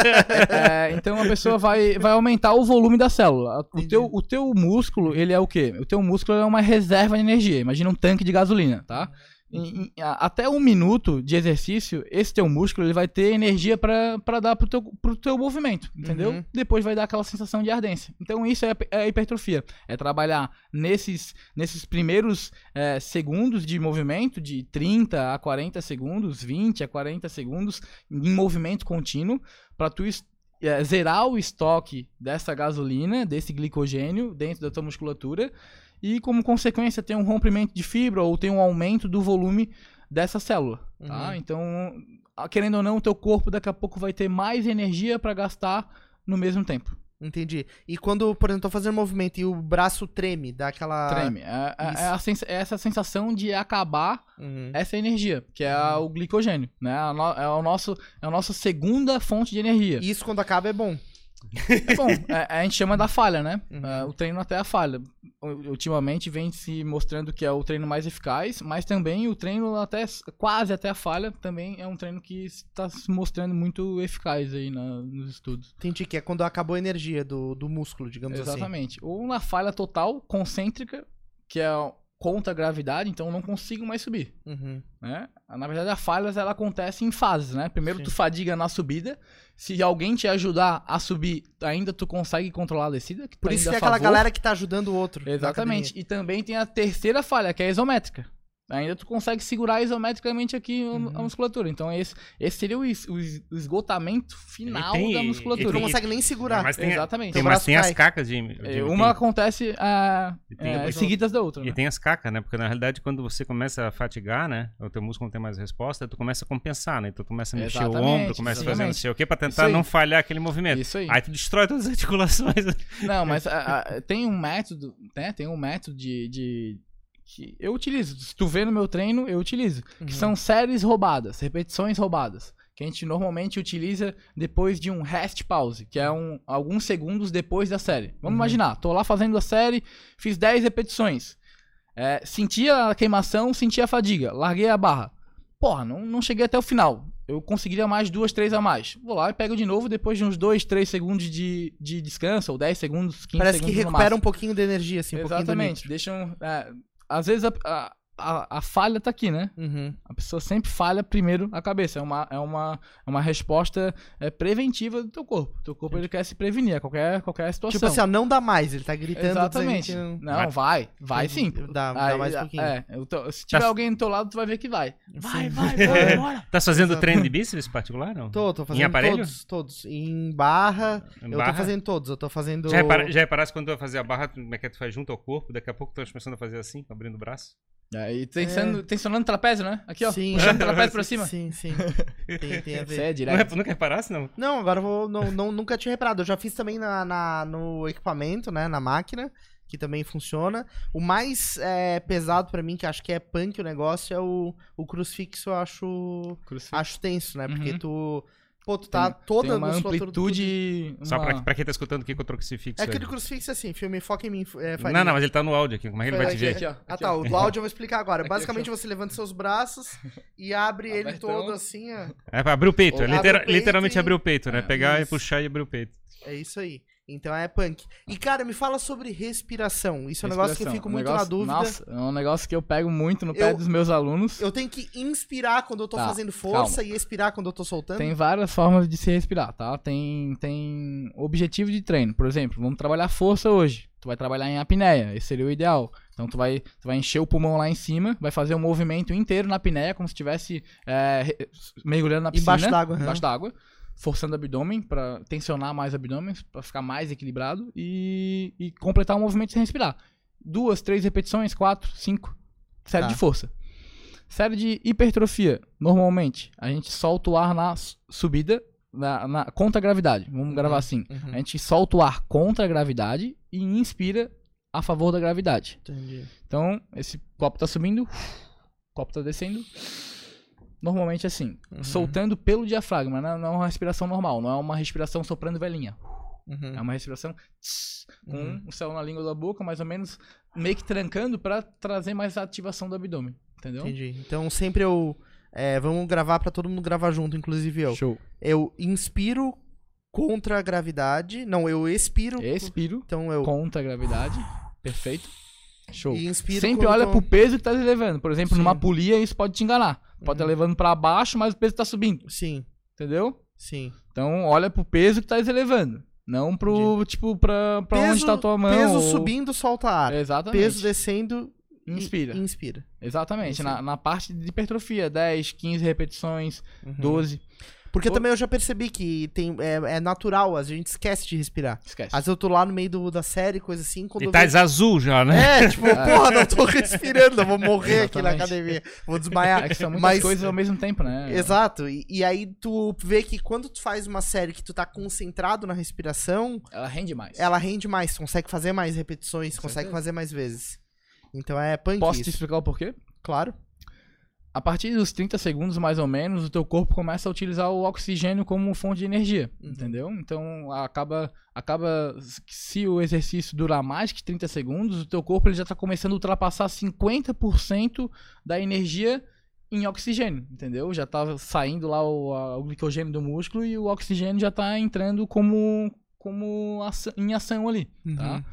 é, então a pessoa vai, vai aumentar o volume da célula. O Entendi. teu, o teu músculo, ele é o quê? O teu músculo é uma reserva de energia. Imagina um tanque de gasolina, tá? Em- em- a- até um minuto de exercício, esse teu músculo ele vai ter energia pra pra dar pro teu, pro teu movimento, entendeu? Uhum. Depois vai dar aquela sensação de ardência. Então isso é, é a hipertrofia. É trabalhar nesses, nesses primeiros é, segundos de movimento, de trinta a quarenta segundos, vinte a quarenta segundos, em movimento contínuo, para tu es- é, zerar o estoque dessa gasolina, desse glicogênio dentro da tua musculatura e como consequência ter um rompimento de fibra ou ter um aumento do volume dessa célula, tá? Uhum. Então, a- querendo ou não, o teu corpo daqui a pouco vai ter mais energia para gastar no mesmo tempo. Entendi. E quando, por exemplo, tô fazendo movimento e o braço treme, dá aquela... Treme. É, é- isso. é a sens- é essa sensação de acabar Uhum. essa energia, que é a- o glicogênio, né? A no- É, o nosso, é a nossa segunda fonte de energia. E isso quando acaba é bom. É bom, é- a gente chama da falha, né? Uhum. É, o treino até a falha. U- Ultimamente vem se mostrando que é o treino mais eficaz, mas também o treino até quase até a falha também é um treino que está se mostrando muito eficaz aí na- nos estudos. Entendi, que é quando acabou a energia do, do músculo, digamos assim. Exatamente. Ou na falha total, concêntrica, que é contra a gravidade, então eu não consigo mais subir. Uhum. Né? Na verdade, a falha ela acontece em fases, né? Primeiro Sim. tu fadiga na subida. Se alguém te ajudar a subir, ainda tu consegue controlar a descida. Que Por tá isso indo que é a aquela favor. galera que tá ajudando o outro. na Exatamente. academia. E também tem a terceira falha, que é a isométrica. Ainda tu consegue segurar isometricamente aqui a- Uhum. a musculatura. Então esse, esse seria o, es- o es- o esgotamento final E tem- da e Tu musculatura. não tem- consegue nem segurar. Mas tem, Exatamente. tem, Teu mas braço tem as cai. cacas de, de- É, Uma acontece ah, E tem- é, tem- seguidas da outra. E né? tem as cacas, né? Porque na realidade, quando você começa a fatigar, né? O teu músculo não tem mais resposta, tu começa a compensar, né? Então tu começa a mexer o Exatamente, ombro, começa a fazer não exatamente. sei o quê pra Isso tentar aí. não falhar aquele movimento. Isso aí. Aí tu destrói todas as articulações. Não, mas ah, ah, tem um método, né? Tem um método de, de- que eu utilizo. Se tu vê no meu treino, eu utilizo. Uhum. Que são séries roubadas, repetições roubadas. Que a gente normalmente utiliza depois de um rest pause, que é um, alguns segundos depois da série. Vamos Uhum. imaginar, tô lá fazendo a série, fiz dez repetições. É, senti a queimação, senti a fadiga, larguei a barra. Porra, não, não cheguei até o final. Eu conseguiria mais duas, três a mais. Vou lá e pego de novo depois de uns dois, três segundos de, de descanso, ou dez segundos, quinze Parece segundos que no recupera máximo. um pouquinho de energia, assim, um Exatamente. pouquinho Deixam. É, às vezes a, a, a, a falha tá aqui, né? do nitro. Uhum. A pessoa sempre falha primeiro a cabeça. É uma, é uma, é uma resposta é, preventiva do teu corpo. O teu corpo ele quer se prevenir a qualquer, qualquer situação. Tipo assim, ó, não dá mais, ele tá gritando. Exatamente. dizendo que Não, vai. Vai sim. Dá, dá Aí, mais um pouquinho. É, eu tô- se tiver Tá. alguém do teu lado, tu vai ver que vai. Vai, Sim. vai, vai, bora. Tá fazendo Exato. treino de bíceps particular, não? Tô, tô Em fazendo aparelho? todos, todos. Em barra, Em eu barra? tô fazendo todos, eu tô fazendo... Já, repara, já reparasse quando tu vai fazer a barra, como é que tu faz junto ao corpo, daqui a pouco tu tá começando a fazer assim, abrindo o braço? Aí tensionando, tensionando o trapézio, né? Aqui, ó. Sim. Puxando o trapézio pra cima. Sim, sim. Tem, tem a Isso ver. é Não, direto. rep- nunca reparasse, não? Não, agora eu vou, não, não, nunca tinha reparado. Eu já fiz também na, na- no equipamento, né, na máquina, que também funciona. O mais é, pesado pra mim, que acho que é punk o negócio, é o, o crucifixo, eu acho, Crucifixo. acho tenso, né? Porque Uhum. tu, pô, tu tá Tem- toda tem a uma musculatura... do- amplitude. Só uma- pra, pra quem tá escutando aqui com o crucifixo. É aquele aí. crucifixo assim, filme Foca em Mim, é, Não, Faria. não, mas ele tá no áudio aqui, como é que ele vai te Aqui, ver? Aqui, ó. Ah Aqui, tá, ó. o do áudio eu vou explicar agora. Aqui, Basicamente aqui, você levanta seus braços e abre ele Abertão. todo assim, ó. É pra abrir o peito, é Abre o litera- peito literalmente e- abrir o peito, né? É, Pegar e isso. puxar e abrir o peito. É isso aí. Então é punk. E cara, me fala sobre respiração. Isso é um negócio que eu Respiração. fico Um muito negócio- na dúvida. Nossa, é um negócio que eu pego muito no pé Eu- dos meus alunos. Eu tenho que inspirar quando eu tô Tá, fazendo força e expirar quando eu tô soltando. Tem várias formas de se respirar, tá? Tem, tem objetivo de treino. Por exemplo, vamos trabalhar força hoje. Tu vai trabalhar em apneia, esse seria o ideal. Então tu vai, tu vai encher o pulmão lá em cima, vai fazer um movimento inteiro na apneia, como se estivesse é, re- mergulhando na piscina. Embaixo d'água, aham. Embaixo d'água. Forçando o abdômen, pra tensionar mais o abdômen, pra ficar mais equilibrado e, e completar o movimento sem respirar. Duas, três repetições, quatro, cinco. Série Tá. de força. Série de hipertrofia, normalmente, a gente solta o ar na s- subida, na, na- contra a gravidade. Vamos gravar assim. Uhum. A gente solta o ar contra a gravidade e inspira a favor da gravidade. Entendi. Então, esse copo tá subindo, o copo tá descendo. Normalmente assim, Uhum. soltando pelo diafragma, não não é uma respiração normal, não é uma respiração soprando velhinha. Uhum. É uma respiração tss, com Uhum. o céu na língua da boca, mais ou menos meio que trancando pra trazer mais ativação do abdômen, entendeu? Entendi. Então sempre eu. é, vamos gravar pra todo mundo gravar junto, inclusive eu. Show. Eu inspiro contra a gravidade. Não, eu expiro. Expiro Então eu. contra a gravidade. Perfeito. Show. E inspiro Sempre quando olha tô- pro peso que tá levando. Por exemplo, Sim. numa polia isso pode te enganar. Pode estar Uhum. levando pra baixo, mas o peso tá subindo, Sim, entendeu? sim. Então olha pro peso que tá elevando. Não pro, tipo, pra, pra onde tá a tua mão. Peso ou- subindo, solta ar. Exatamente. Peso descendo, e- Inspira. inspira. Exatamente. Isso. Na, na parte de hipertrofia, dez, quinze repetições, Uhum. doze. Porque Ô- também eu já percebi que tem, é, é natural, a gente esquece de respirar. Esquece. Às vezes eu tô lá no meio do, da série, coisa assim, quando E eu tá vejo... azul já, né? É, tipo, porra, não tô respirando, eu vou morrer aqui na Exatamente. academia, vou desmaiar. É que são muitas Mas- coisas ao mesmo tempo, né? Exato, e, e aí tu vê que quando tu faz uma série que tu tá concentrado na respiração, Ela rende mais. ela rende mais, consegue fazer mais repetições, Com consegue certeza. fazer mais vezes. Então é punk Posso te isso. explicar o porquê? Claro. A partir dos trinta segundos, mais ou menos, o teu corpo começa a utilizar o oxigênio como fonte de energia, Uhum. entendeu? Então, acaba, acaba, se o exercício durar mais que trinta segundos, o teu corpo ele já está começando a ultrapassar cinquenta por cento da energia em oxigênio, entendeu? Já tá saindo lá o, a- o glicogênio do músculo e o oxigênio já tá entrando como, como ação- em ação ali, tá? Uhum.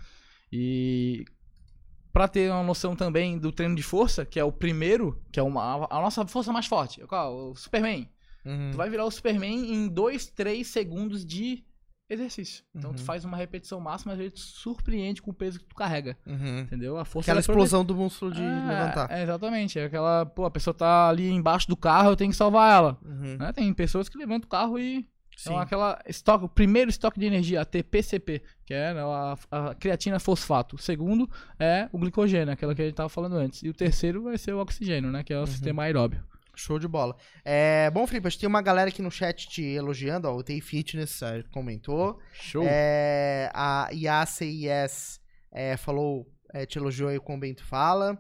E pra ter uma noção também do treino de força, que é o primeiro, que é uma, a nossa força mais forte, qual? O Superman. Uhum. Tu vai virar o Superman em dois, três segundos de exercício. Então tu Uhum. faz uma repetição máxima, às vezes tu surpreende com o peso que tu carrega, Uhum. entendeu? A força Aquela ela é progressiva. explosão do músculo de É, levantar. É, exatamente. É aquela, pô, a pessoa tá ali embaixo do carro, eu tenho que salvar ela. Uhum. Né? Tem pessoas que levantam o carro e Sim. então, aquela estoque, o primeiro estoque de energia, a T P C P, que é né, a, a creatina fosfato. O segundo é o glicogênio, aquela que a gente tava falando antes. E o terceiro vai ser o oxigênio, né? Que é o Uhum. sistema aeróbio. Show de bola. É, bom, Felipe, acho que tem uma galera aqui no chat te elogiando, ó, o T Fitness é, comentou. Show. É, a I A C I S é, falou, é, te elogiou aí com o Bento Fala.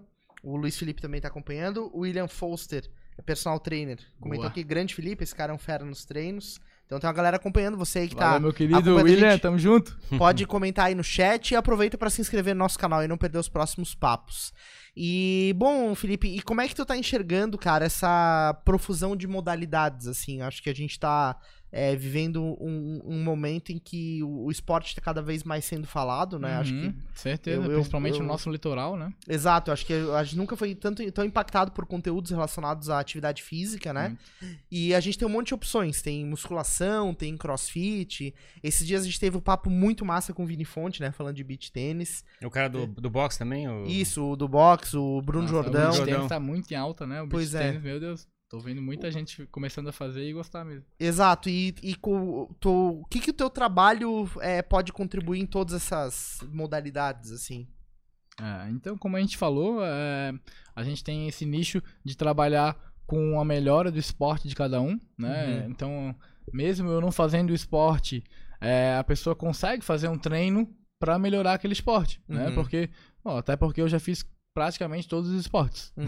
O Luiz Felipe também tá acompanhando. O William Foster, é personal trainer. Comentou Boa. aqui, grande Felipe, esse cara é um fera nos treinos. Então tem uma galera acompanhando você aí que Valeu, tá... meu querido acompanhando a William, gente. tamo junto. Pode comentar aí no chat e aproveita pra se inscrever no nosso canal e não perder os próximos papos. E, bom, Felipe, e como é que tu tá enxergando, cara, essa profusão de modalidades, assim? Acho que a gente tá é, vivendo um, um momento em que o, o esporte tá cada vez mais sendo falado, né? Uhum, Acho que... certeza, eu- eu- principalmente eu- no nosso litoral, né? Exato, acho que a gente nunca foi tanto, tão impactado por conteúdos relacionados à atividade física, né? E a gente tem um monte de opções, tem musculação, tem crossfit. Esses dias a gente teve um papo muito massa com o Vini Fonte, né? Falando de beach tênis. O cara do, do boxe também? O... Isso, o do boxe, o Bruno Nossa, Jordão. O beach Jordão. tênis tá muito em alta, né? O Pois beach é. tênis, meu Deus. Tô vendo muita gente começando a fazer e gostar mesmo. Exato, e, e co- tu- o que, que o teu trabalho é, pode contribuir em todas essas modalidades, assim? É, então, como a gente falou, é, a gente tem esse nicho de trabalhar com a melhora do esporte de cada um, né? Uhum. Então, mesmo eu não fazendo o esporte, é, a pessoa consegue fazer um treino para melhorar aquele esporte, né? Uhum. Porque, ó, até porque eu já fiz praticamente todos os esportes. Uhum.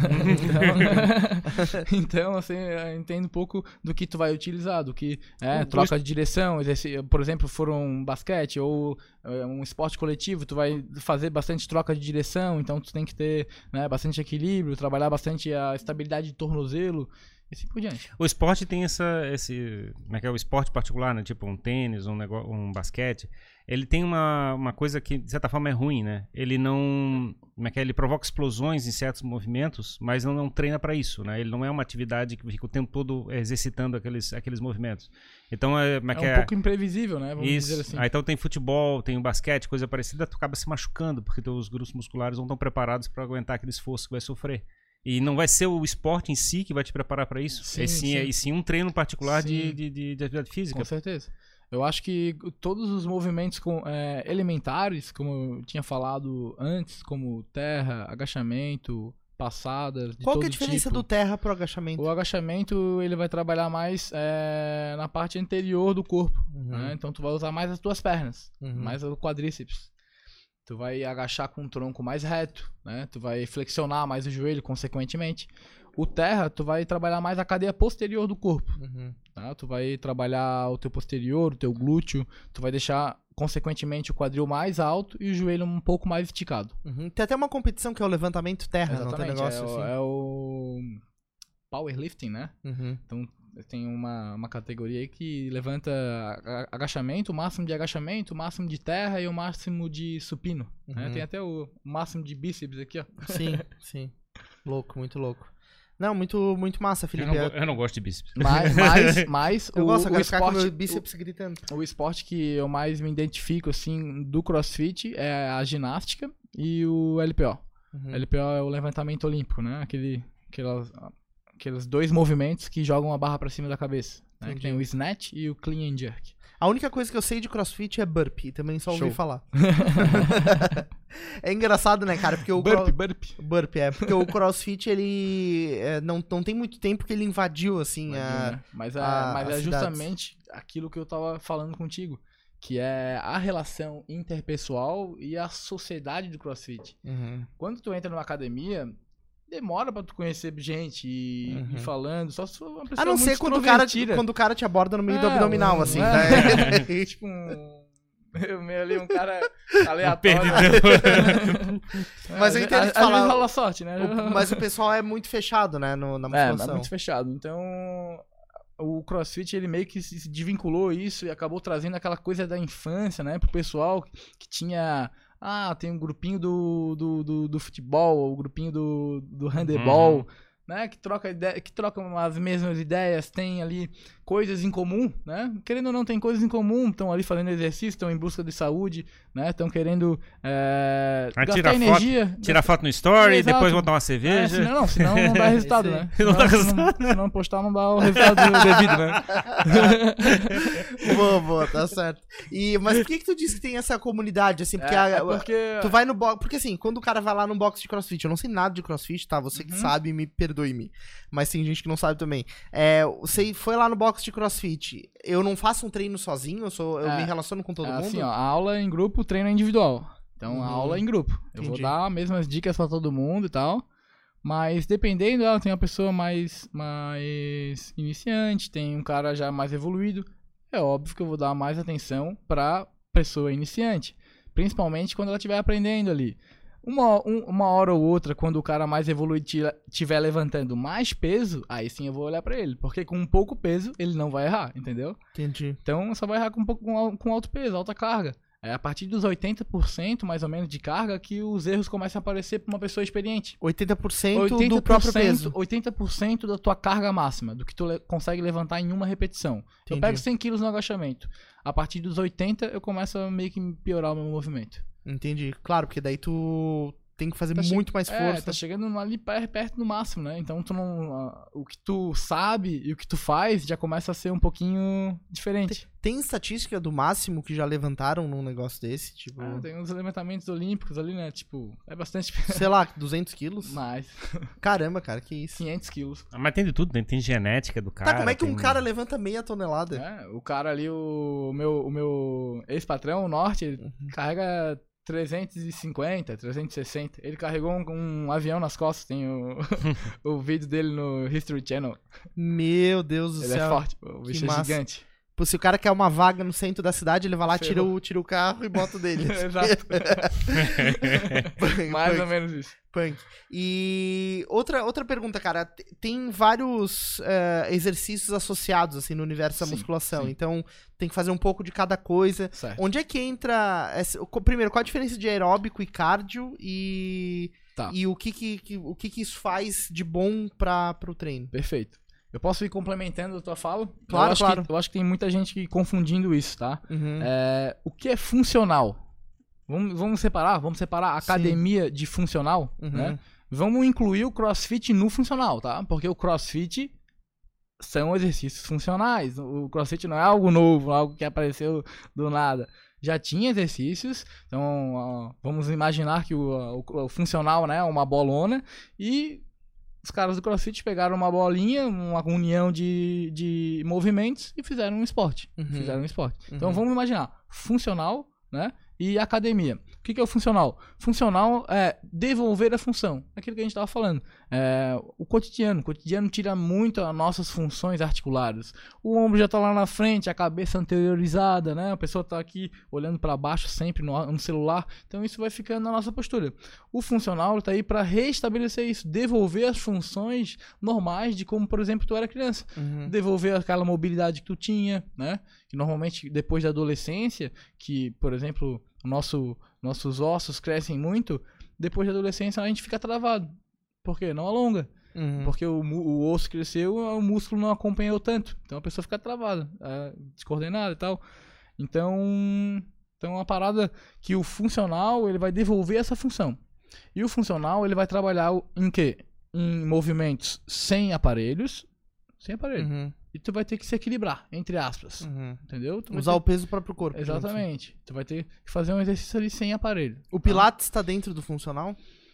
Então, então, assim, eu entendo um pouco do que tu vai utilizar, do que é, O- troca de direção, exerci- por exemplo, for um basquete ou é, um esporte coletivo, tu vai fazer bastante troca de direção, então tu tem que ter, né, bastante equilíbrio, trabalhar bastante a estabilidade de tornozelo e assim por diante. O esporte tem essa, esse, como é que é, o esporte particular, né? Tipo um tênis, um, negócio, um basquete. Ele tem uma, uma coisa que, de certa forma, é ruim, né? Ele não, como é que é? Ele provoca explosões em certos movimentos, mas não, não treina para isso, né? Ele não é uma atividade que fica o tempo todo exercitando aqueles, aqueles movimentos. Então, é, como é É que um é? pouco imprevisível, né? Vamos Isso. dizer assim. Ah, então tem futebol, tem o basquete, coisa parecida, tu acaba se machucando, porque teus grupos musculares não estão preparados para aguentar aquele esforço que vai sofrer. E não vai ser o esporte em si que vai te preparar para isso, Sim, e, sim, sim. e sim um treino particular de, Sim. de, de, de atividade física. Com certeza. Eu acho que todos os movimentos com, é, elementares, como eu tinha falado antes, como terra, agachamento, passadas, de Qual todo que é a diferença tipo. do terra pro agachamento? O agachamento, ele vai trabalhar mais é, na parte anterior do corpo, Uhum, né? Então tu vai usar mais as tuas pernas, uhum. mais o quadríceps. Tu vai agachar com o tronco mais reto, né? Tu vai flexionar mais o joelho, consequentemente. O terra, tu vai trabalhar mais a cadeia posterior do corpo, Uhum. tá? Tu vai trabalhar o teu posterior, o teu glúteo, tu vai deixar, consequentemente, o quadril mais alto e o joelho um pouco mais esticado. Uhum. Tem até uma competição que é o levantamento terra, não tem Exatamente, negócio é, o- assim? é o powerlifting, né? Uhum. Então tem uma, uma categoria aí que levanta a- agachamento, o máximo de agachamento, o máximo de terra e o máximo de supino, né? Uhum. Tem até o máximo de bíceps aqui, ó. Sim, sim. Louco, muito louco. Não, muito, muito massa, Eu Felipe. não, Eu, go- eu não gosto de bíceps. Mas, mas, mas eu o, gosto, eu o quero ficar com o esporte, meu bíceps gritando. o, o esporte que eu mais me identifico, assim, do CrossFit é a ginástica e o L P O. Uhum. L P O é o levantamento olímpico, né? Aquele, aquelas, aqueles dois movimentos que jogam a barra pra cima da cabeça. Né? Que Entendi. tem o snatch e o clean and jerk. A única coisa que eu sei de crossfit é burpee, também só ouvi Show. falar. É engraçado, né, cara? Porque o Burp, cro- burp. burpee, é. Porque o crossfit, ele é, não, não tem muito tempo que ele invadiu, assim, Imagina, a... né? Mas, é, a- mas as é cidades. justamente aquilo que eu tava falando contigo, que é a relação interpessoal e a sociedade do CrossFit. Uhum. Quando tu entra numa academia, demora pra tu conhecer gente e Uhum. ir falando, só se for uma pessoa A não muito ser quando o, cara, extrovertida. quando o cara te aborda no meio do É, abdominal, um- assim. é. Né? Tipo um... Eu meio ali, um cara aleatório. Mas eu É, entendo às- te às falar- vezes rola sorte, né? O- Mas o pessoal é muito fechado, né, no, na É, musculação. é muito fechado. Então, o CrossFit, ele meio que se se desvinculou isso e acabou trazendo aquela coisa da infância, né? Pro pessoal que tinha... Ah, tem um grupinho do, do, do, do futebol, o grupinho do, do handebol, Uhum. né? Que troca, ide- que trocam as mesmas ideias, tem ali coisas em comum, né? Querendo ou não, tem coisas em comum, estão ali fazendo exercício, estão em busca de saúde, né? Estão querendo é, Aí gastar tira foto, energia. Tira foto no story, Exato. depois botar uma É, cerveja. senão, não, senão não dá resultado, né? Não dá Senão- senão- senão postar não dá o resultado devido, né? Boa, boa, tá certo. E, mas por que que tu disse que tem essa comunidade, assim? Porque, É, a- é porque... tu vai no box... Porque assim, quando o cara vai lá no box de crossfit, eu não sei nada de crossfit, tá? Você que Uhum. sabe, me perdoe-me. Mas tem gente que não sabe também. É, você foi lá no box de crossfit, eu não faço um treino sozinho, eu, sou, eu É, me relaciono com todo é mundo? assim, ó, a aula é em grupo, o treino é individual. Então, Uhum. a aula é em grupo. Eu Entendi. vou dar as mesmas dicas pra todo mundo e tal. Mas dependendo, ela tem uma pessoa mais, mais iniciante, tem um cara já mais evoluído. É óbvio que eu vou dar mais atenção pra pessoa iniciante. Principalmente quando ela estiver aprendendo ali. Uma, um, uma hora ou outra, quando o cara mais evoluído estiver levantando mais peso, aí sim eu vou olhar pra ele. Porque com pouco peso, ele não vai errar, entendeu? Entendi. Então só vai errar com, um pouco, com, com alto peso, alta carga. É a partir dos oitenta por cento, mais ou menos, de carga que os erros começam a aparecer pra uma pessoa experiente. oitenta por cento oitenta por cento do próprio peso. oitenta por cento da tua carga máxima, do que tu le- consegue levantar em uma repetição. Entendi. Eu pego cem quilos no agachamento. A partir dos oitenta, eu começo a meio que piorar o meu movimento. Entendi. Claro, porque daí tu tem que fazer Tá che- muito mais É, força. tá chegando ali per- perto do máximo, né? Então tu não, ah, o que tu sabe e o que tu faz já começa a ser um pouquinho diferente. Tem estatística do máximo que já levantaram num negócio desse? Tipo, Ah, tem uns levantamentos olímpicos ali, né? Tipo, é bastante sei lá, duzentos quilos? mais. Caramba, cara, que isso. quinhentos quilos. Ah, mas tem de tudo, né? Tem genética do cara. Tá, como é que um tem- cara levanta meia tonelada? É, o cara ali, o meu, o meu ex-patrão, o Norte, ele Uhum. carrega trezentos e cinquenta, trezentos e sessenta. Ele carregou um, um avião nas costas. Tem o, o vídeo dele no History Channel. Meu Deus do Ele céu. é forte, pô, o bicho é massa. gigante. Pô, se o cara quer uma vaga no centro da cidade, ele vai lá, tira Ferrou. o, tira o carro e bota o dele. Exato. Punk, Mais punk, ou menos isso. punk. E outra, outra pergunta, cara. T- Tem vários eh, exercícios associados, assim, no universo da Sim, musculação. sim. Então, tem que fazer um pouco de cada coisa. Certo. Onde é que entra... essa- co- primeiro, qual a diferença de aeróbico e cardio? E, Tá. e o, que que, que- o que que isso faz de bom para pro treino? Perfeito. Eu posso ir complementando a tua fala? Claro, eu acho claro. Que, eu acho que tem muita gente que confundindo isso, tá? Uhum. É, o que é funcional? Vamos, vamos separar? Vamos separar a Sim. academia de funcional, Uhum. né? Vamos incluir o CrossFit no funcional, tá? Porque o CrossFit são exercícios funcionais. O CrossFit não é algo novo, algo que apareceu do nada. Já tinha exercícios, então ó, vamos imaginar que o, o- o funcional, né, é uma bolona e os caras do CrossFit pegaram uma bolinha, uma união de, de movimentos e fizeram um esporte. Uhum. Fizeram um esporte. Então Uhum. vamos imaginar, funcional, né? E academia. O que, que é o funcional? Funcional é devolver a função. Aquilo que a gente estava falando. É, o cotidiano. O cotidiano tira muito as nossas funções articulares. O ombro já está lá na frente, a cabeça anteriorizada, né? A pessoa está aqui olhando para baixo sempre no, no celular. Então isso vai ficando na nossa postura. O funcional está aí para restabelecer isso. Devolver as funções normais de como, por exemplo, tu era criança. Uhum. Devolver aquela mobilidade que tu tinha, né? Que normalmente depois da adolescência, que, por exemplo, o nosso, nossos ossos crescem muito, depois da adolescência a gente fica travado. Por quê? Não alonga. Uhum. Porque o, mu- o osso cresceu, o músculo não acompanhou tanto. Então a pessoa fica travada, é, descoordenada e tal. Então, então é uma parada que o funcional ele vai devolver essa função. E o funcional ele vai trabalhar o- em quê? Em movimentos sem aparelhos. Sem aparelho. Uhum. E tu vai ter que se equilibrar, entre aspas. Uhum. Entendeu? Tu vai Usar ter- o peso do próprio corpo. digamos assim. Exatamente. Tu vai ter que fazer um exercício ali sem aparelho. O Pilates tá dentro do funcional?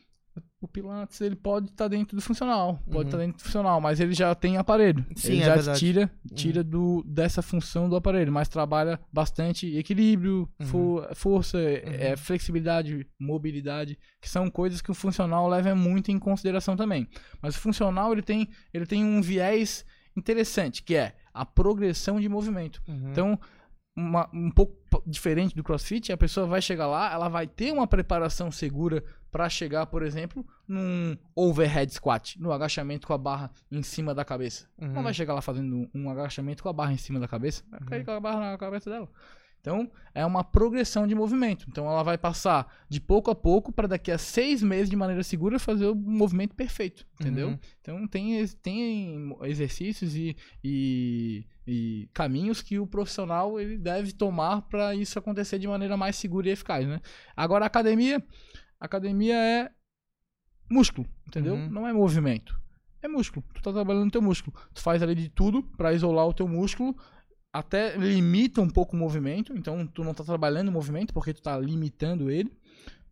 O Pilates, ele pode estar dentro do funcional. Pode Uhum. estar dentro do funcional, mas ele já tem aparelho. Sim, ele é já verdade. tira, tira do, dessa função do aparelho, mas trabalha bastante equilíbrio, Uhum. fo- força, é, flexibilidade, mobilidade, que são coisas que o funcional leva muito em consideração também. Mas o funcional, ele tem, ele tem um viés interessante, que é a progressão de movimento. Uhum. Então, uma- um pouco p- diferente do CrossFit, a pessoa vai chegar lá, ela vai ter uma preparação segura para chegar, por exemplo, num overhead squat, no agachamento com a barra em cima da cabeça. Uhum. Não vai chegar lá fazendo um, um agachamento com a barra em cima da cabeça, vai cair com a barra na cabeça dela. Então, é uma progressão de movimento. Então, ela vai passar de pouco a pouco para daqui a seis meses, de maneira segura, fazer o movimento perfeito. Entendeu? Uhum. Então, tem, ex- tem exercícios e, e, e caminhos que o profissional ele deve tomar para isso acontecer de maneira mais segura e eficaz. Né? Agora, a academia, a academia é músculo, entendeu? Uhum. Não é movimento. É músculo. Tu tá trabalhando o teu músculo. Tu faz ali de tudo para isolar o teu músculo. Até limita um pouco o movimento, então tu não tá trabalhando o movimento porque tu tá limitando ele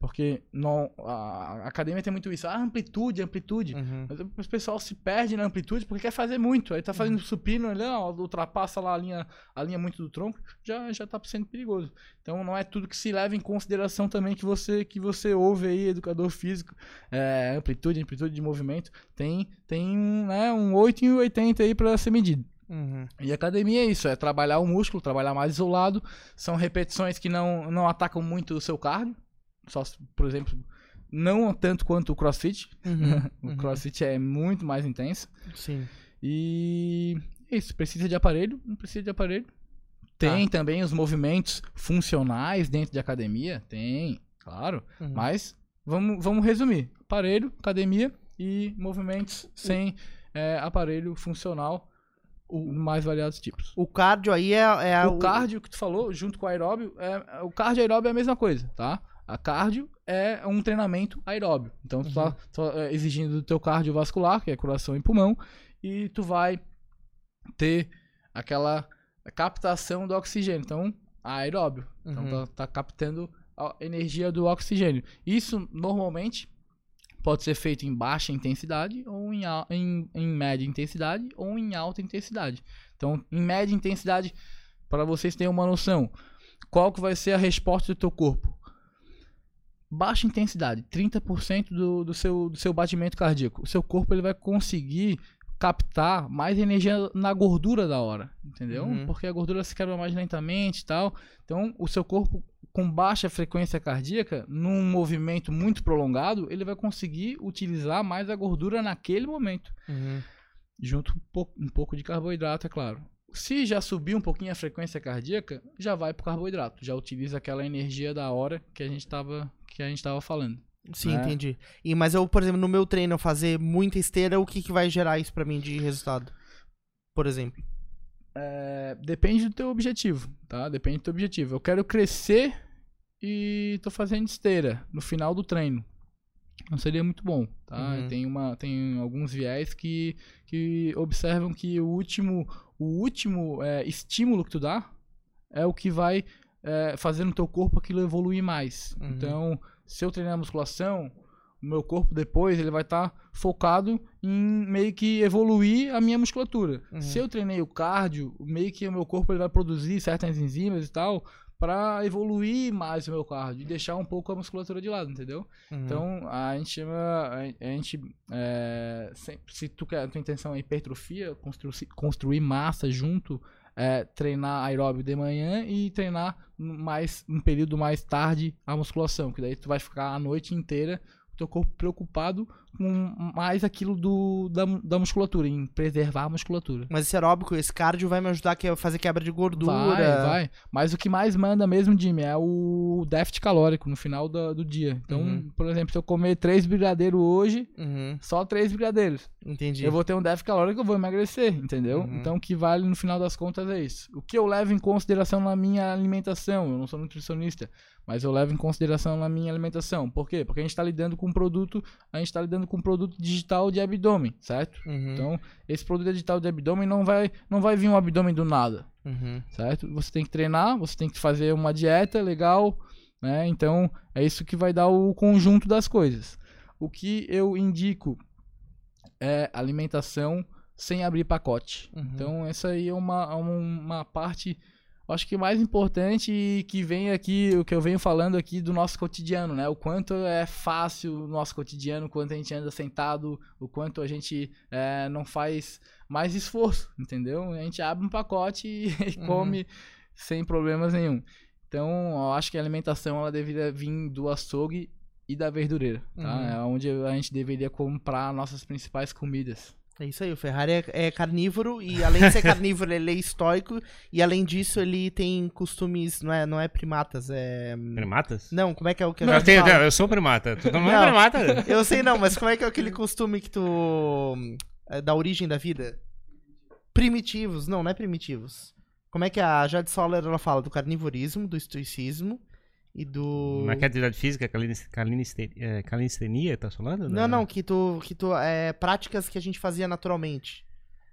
Porque não, a academia tem muito isso. Ah, amplitude, amplitude. Uhum. Mas o pessoal se perde na amplitude porque quer fazer muito. Aí tá fazendo uhum. supino, ali, ó, ultrapassa lá a linha, a linha muito do tronco, já, já tá sendo perigoso. Então não é tudo que se leva em consideração também que você, que você ouve aí, educador físico. É, amplitude, amplitude de movimento. Tem, tem né, um oito e oitenta aí pra ser medido. Uhum. E academia é isso, é trabalhar o músculo, trabalhar mais isolado. São repetições que não, não atacam muito o seu cardio. Só, por exemplo, não tanto quanto o CrossFit. Uhum, o CrossFit é muito mais intenso. Sim. E isso, precisa de aparelho? Não precisa de aparelho. Tem tá. também os movimentos funcionais dentro de academia? Tem, claro. Uhum. Mas vamos, vamos resumir. Aparelho, academia e movimentos sem é, aparelho funcional. O mais variados tipos. O cardio aí é... é o, o cardio que tu falou, junto com o aeróbio, é, o cardio e aeróbio é a mesma coisa, tá? A cardio é um treinamento aeróbio. Então, tu uhum. tá, tá exigindo do teu cardiovascular, que é coração e pulmão, e tu vai ter aquela captação do oxigênio. Então, aeróbio. Uhum. Então, tá, tá captando a energia do oxigênio. Isso, normalmente, pode ser feito em baixa intensidade, ou em, em, em média intensidade, ou em alta intensidade. Então, em média intensidade, para vocês terem uma noção, qual que vai ser a resposta do teu corpo? Baixa intensidade, trinta por cento do, do, seu, do seu batimento cardíaco. O seu corpo ele vai conseguir captar mais energia na gordura da hora, entendeu? Uhum. Porque a gordura se quebra mais lentamente e tal. Então, o seu corpo com baixa frequência cardíaca, num movimento muito prolongado, ele vai conseguir utilizar mais a gordura naquele momento. Uhum. Junto um pouco, um pouco de carboidrato, é claro. Se já subir um pouquinho a frequência cardíaca, já vai pro carboidrato. Já utiliza aquela energia da hora que a gente tava, que a gente tava falando. Sim, né? Entendi. E, mas eu, por exemplo, no meu treino, eu fazer muita esteira, o que, que vai gerar isso pra mim de resultado? Por exemplo. É, depende do teu objetivo, tá? Depende do teu objetivo. Eu quero crescer e tô fazendo esteira no final do treino. Não seria muito bom, tá? Uhum. Tem, uma, tem alguns viés que, que observam que o último, o último é, estímulo que tu dá é o que vai é, fazer no teu corpo aquilo evoluir mais. Uhum. Então, se eu treinar musculação, o meu corpo depois ele vai estar tá focado em meio que evoluir a minha musculatura. Uhum. Se eu treinei o cardio, meio que o meu corpo ele vai produzir certas enzimas e tal para evoluir mais o meu cardio e deixar um pouco a musculatura de lado, entendeu? Uhum. Então, a gente chama, a gente, é, se, se tu quer, a tua intenção é hipertrofia, construir, construir massa junto, é, treinar aeróbio de manhã e treinar mais, um período mais tarde a musculação, que daí tu vai ficar a noite inteira teu corpo preocupado com mais aquilo do, da, da musculatura, em preservar a musculatura. Mas esse aeróbico, esse cardio vai me ajudar a fazer quebra de gordura. Vai, vai. Mas o que mais manda mesmo, Jimmy, é o déficit calórico no final do, do dia. Então, uhum. por exemplo, se eu comer três brigadeiros hoje, uhum. só três brigadeiros. Entendi. Eu vou ter um déficit calórico e eu vou emagrecer, entendeu? Uhum. Então, o que vale no final das contas é isso. O que eu levo em consideração na minha alimentação, eu não sou nutricionista, mas eu levo em consideração na minha alimentação. Por quê? Porque a gente está lidando com um produto, a gente está lidando com um produto digital de abdômen, certo? Uhum. Então, esse produto digital de abdômen não vai, não vai vir um abdômen do nada, uhum. certo? Você tem que treinar, você tem que fazer uma dieta legal, né? Então, é isso que vai dar o conjunto das coisas. O que eu indico é alimentação sem abrir pacote. Uhum. Então, essa aí é uma, uma parte... acho que mais importante e que vem aqui, o que eu venho falando aqui do nosso cotidiano, né? O quanto é fácil o nosso cotidiano, o quanto a gente anda sentado, o quanto a gente é, não faz mais esforço, entendeu? A gente abre um pacote e uhum. come sem problemas nenhum. Então, eu acho que a alimentação ela deveria vir do açougue e da verdureira, tá? Uhum. É onde a gente deveria comprar nossas principais comidas. É isso aí, o Ferrari é, é carnívoro e além de ser carnívoro, ele é estoico e além disso ele tem costumes, não é, não é primatas, é... Primatas? Não, como é que é o que a não, gente tem, fala? Eu sou primata, tu não, não é primata. Eu sei não, mas como é que é aquele costume que tu... É, da origem da vida? Primitivos, não, não é primitivos. Como é que a Jade Soller, ela fala do carnivorismo, do estoicismo e do... Mas que é atividade física, calistenia, calistenia, tá falando? Não, não, que tu, que tu, é, práticas que a gente fazia naturalmente.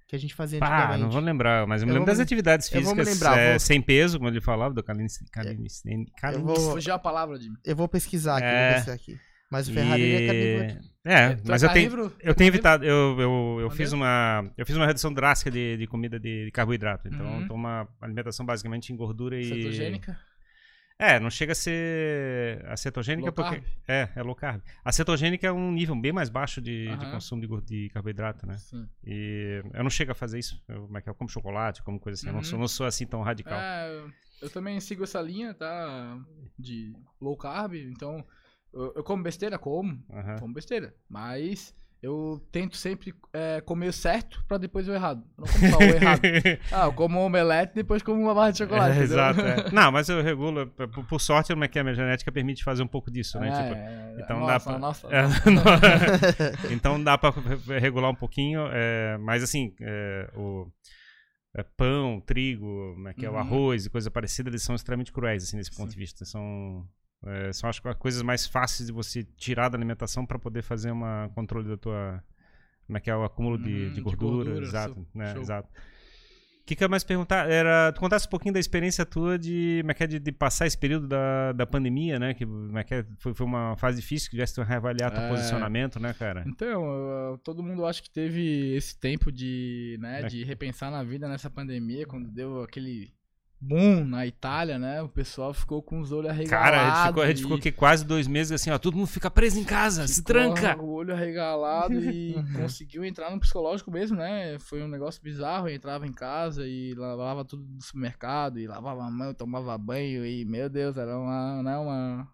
que a gente fazia Ah, antigamente. não vou lembrar, mas eu me Eu lembro vou das me- atividades eu vou me físicas lembrar, é, vou- sem peso, como ele falava, do calistenia. Eu vou- Fugiu a palavra, Jimmy. Eu vou pesquisar aqui, É. vou pesquisar aqui. Mas o Ferrari ele é carnívoro aqui. É, Tu mas é eu tenho, carnívoro? eu tenho evitado, eu, eu, eu, Entendeu? fiz uma, eu fiz uma redução drástica de, de comida de, de carboidrato. Então, Uhum. eu tomo uma alimentação basicamente em gordura e... Cetogênica? É, não chega a ser a cetogênica Low porque... carb? É, é low carb. A cetogênica é um nível bem mais baixo de, de Aham. consumo de, gor- de carboidrato, né? Sim. E eu não chego a fazer isso. Eu, como é que é? Eu como chocolate, como coisa assim. Eu não sou, Uhum. não sou assim tão radical. É, eu- eu também sigo essa linha, tá? De low carb, então eu, eu como besteira, como, Aham. como besteira, mas eu tento sempre é, comer o certo pra depois o errado. Eu não como só o errado. Ah, eu como um omelete e depois como uma barra de chocolate. É, entendeu? exato. É. Não, mas eu regulo. Por, por sorte, como é que a minha genética permite fazer um pouco disso, né? É, Tipo, é, então nossa, dá pra. nossa, É, nossa. não- então dá pra regular um pouquinho. É, mas assim, é, o é, pão, trigo, como é que é, o Uhum. arroz e coisa parecida, eles são extremamente cruéis, assim, nesse ponto de vista. São. É, são acho que as coisas mais fáceis de você tirar da alimentação para poder fazer um controle da tua. Como é que é o acúmulo de, Uhum, de de gordura. gordura, Exato, show, né? show. Exato. O que, que eu ia mais perguntar? Era, tu contasse um pouquinho da experiência tua de, como é que é, de, de passar esse período da, da pandemia, né? Que, como é que é, foi, foi uma fase difícil que tivesse que reavaliar teu É. posicionamento, né, cara? Então, eu- todo mundo acho que teve esse tempo de, né, É. de repensar na vida nessa pandemia, quando deu aquele boom na Itália, né? O pessoal ficou com os olhos arregalados. Cara, a gente ficou, a gente e ficou aqui quase dois meses assim, ó, todo mundo fica preso em casa, se ficou tranca! com o olho arregalado e Uhum. conseguiu entrar no psicológico mesmo, né? Foi um negócio bizarro, eu entrava em casa e lavava tudo do supermercado, e lavava a mão, tomava banho, e meu Deus, era uma, né, uma,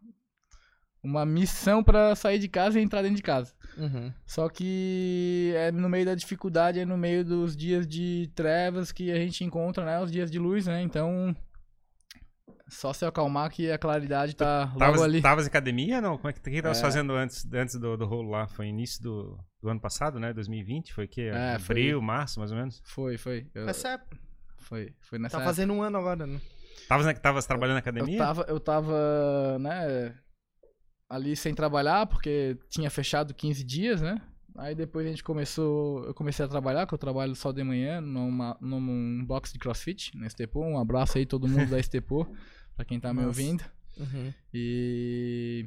uma missão pra sair de casa e entrar dentro de casa. Uhum. Só que é no meio da dificuldade, é no meio dos dias de trevas que a gente encontra, né? Os dias de luz, né? Então, só se acalmar que a claridade tá logo Tavas, ali. tavas em academia não? Como é que, o que tava É. fazendo antes, antes do, do rolo lá? Foi início do, do ano passado, né? dois mil e vinte? Foi o quê? É, foi- Abril, março, mais ou menos? Foi, foi. Eu- Essa época. foi, foi nessa Tá época. fazendo um ano agora, né? Tavas, na- tavas trabalhando na academia? Eu tava, eu tava, né, ali sem trabalhar, porque tinha fechado quinze dias, né? Aí depois a gente começou, eu comecei a trabalhar, que eu trabalho só de manhã numa, num box de CrossFit, na Estepo. Um abraço aí todo mundo da Estepo, pra quem tá me Nossa. ouvindo. Uhum. E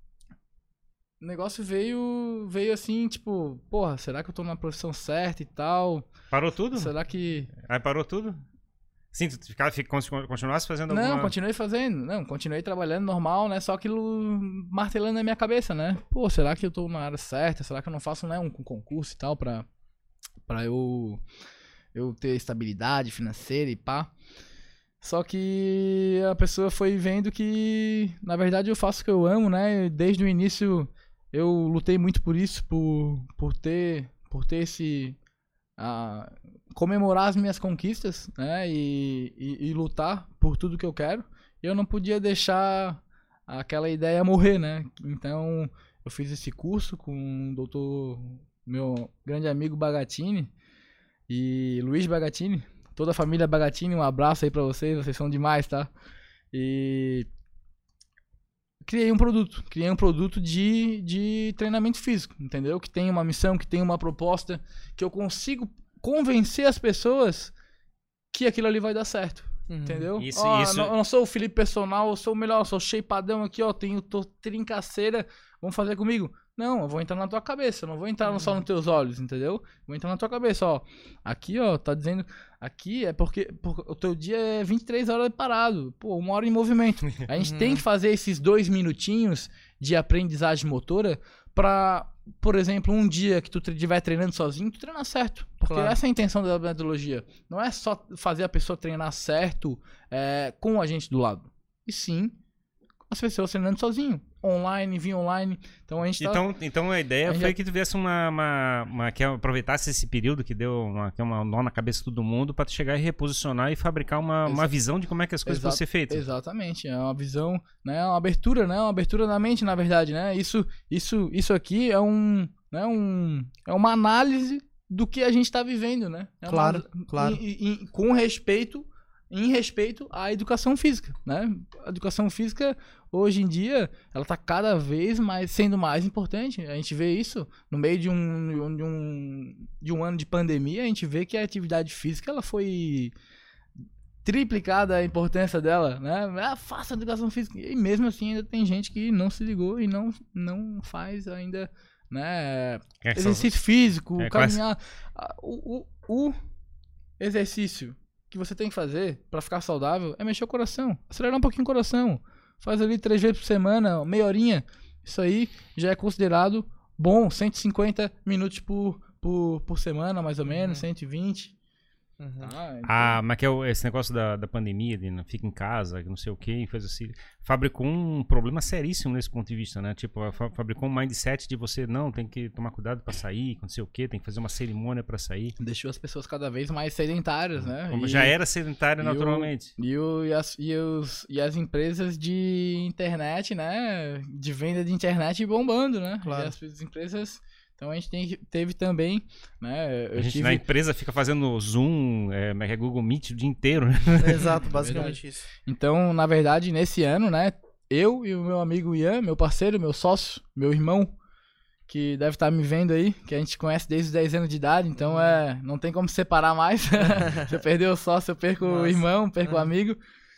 o negócio veio, veio assim, tipo, porra, será que eu tô na profissão certa e tal? Parou tudo? Será que... Aí parou tudo? Sim, tu ficava, fica- continuasse fazendo alguma... Não, continuei fazendo. Não, continuei trabalhando normal, né? Só aquilo martelando na minha cabeça, né? Pô, será que eu tô na área certa? Será que eu não faço, né, um concurso e tal pra, pra eu, eu ter estabilidade financeira e pá? Só que a pessoa foi vendo que, na verdade, eu faço o que eu amo, né? Desde o início eu lutei muito por isso, por, por ter, por ter esse... a comemorar as minhas conquistas, né, e, e, e lutar por tudo que eu quero. E eu não podia deixar aquela ideia morrer, né? Então eu fiz esse curso com o doutor, meu grande amigo Bagatini e Luiz Bagatini, toda a família Bagatini, um abraço aí pra vocês, vocês são demais, tá? E criei um produto, criei um produto de, de treinamento físico, entendeu? Que tem uma missão, que tem uma proposta, que eu consigo convencer as pessoas que aquilo ali vai dar certo, Uhum. entendeu? Isso- Ó, isso- não- Eu não sou o Felipe Personal, eu sou o melhor, eu sou shapeadão aqui, ó, tenho, tô trincaceira, vamos fazer comigo? Não, eu vou entrar na tua cabeça, eu não vou entrar só nos teus olhos, entendeu? Vou entrar na tua cabeça, ó. Aqui, ó, tá dizendo, aqui é porque, porque o teu dia é vinte e três horas parado, pô, uma hora em movimento. A gente tem que fazer esses dois minutinhos de aprendizagem motora pra, por exemplo, um dia que tu estiver treinando sozinho, tu treina certo. Porque Claro. essa é a intenção da metodologia. Não é só fazer a pessoa treinar certo é, com a gente do lado. E sim, as pessoas treinando sozinho. Online, via online. Então a gente tá... Então, então a ideia a gente foi já- que tivesse uma, uma, uma que aproveitasse esse período que deu uma, que é uma nó na cabeça de todo mundo para tu chegar e reposicionar e fabricar uma, uma Exa- visão de como é que as coisas vão Exato- ser feitas. Exatamente, é uma visão, né, uma abertura, né, uma abertura da mente, na verdade, né? Isso, isso, isso aqui é um, né, um, é uma análise do que a gente está vivendo, né? É uma- Claro, claro. e- e- e com respeito em respeito à educação física, né? A educação física, hoje em dia, ela está cada vez mais sendo mais importante. A gente vê isso no meio de um, de um, de um ano de pandemia, a gente vê que a atividade física ela foi triplicada a importância dela, né? Ah, faça educação física. E mesmo assim ainda tem gente que não se ligou e não, não faz ainda, né? É exercício físico, é caminhar. Quase... O, o, o exercício que você tem que fazer pra ficar saudável é mexer o coração, acelerar um pouquinho o coração, faz ali três vezes por semana, meia horinha, isso aí já é considerado bom, cento e cinquenta minutos por, por, por semana, mais ou menos, uhum. cento e vinte. Uhum. Ah, então... ah, mas que é esse negócio da, da pandemia, de não fica em casa, não sei o que, fez assim, fabricou um problema seríssimo nesse ponto de vista, né? Tipo, fabricou um mindset de você, não, tem que tomar cuidado pra sair, não sei o que, tem que fazer uma cerimônia pra sair. Deixou as pessoas cada vez mais sedentárias, né? Como e, já era sedentária naturalmente. O, e, o, e, as, e, os, e as empresas de internet, né? De venda de internet bombando, né? Claro. E as, as empresas... Então a gente tem, teve também, né? Eu a gente tive... na empresa fica fazendo Zoom, é, é Google Meet o dia inteiro, né? Exato, basicamente isso. Então, na verdade, nesse ano, né? Eu e o meu amigo Ian, meu parceiro, meu sócio, meu irmão, que deve estar me vendo aí, que a gente conhece desde os dez anos de idade, então é, não tem como separar mais. Se eu perder o sócio, eu perco Nossa. o irmão, perco uhum. o amigo.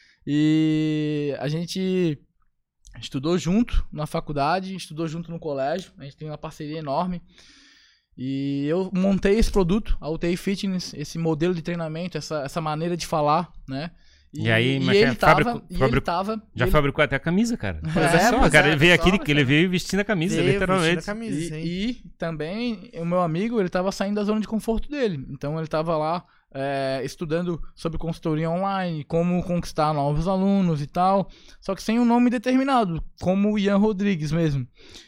E a gente... estudou junto na faculdade, estudou junto no colégio, a gente tem uma parceria enorme. E eu montei esse produto, a U T I Fitness, esse modelo de treinamento, essa, essa maneira de falar, né? E, e aí, e mas ele tava, fabrico, e fabrico, ele tava... Já ele... fabricou até a camisa, cara. É, é só, cara, é, ele veio só, aqui, cara. ele veio vestindo a camisa, veio literalmente. Vestindo a camisa, e, e também, o meu amigo, ele tava saindo da zona de conforto dele. Então, ele tava lá é, estudando sobre consultoria online, como conquistar novos alunos e tal. Só que sem um nome determinado, como o Ian Rodrigues mesmo.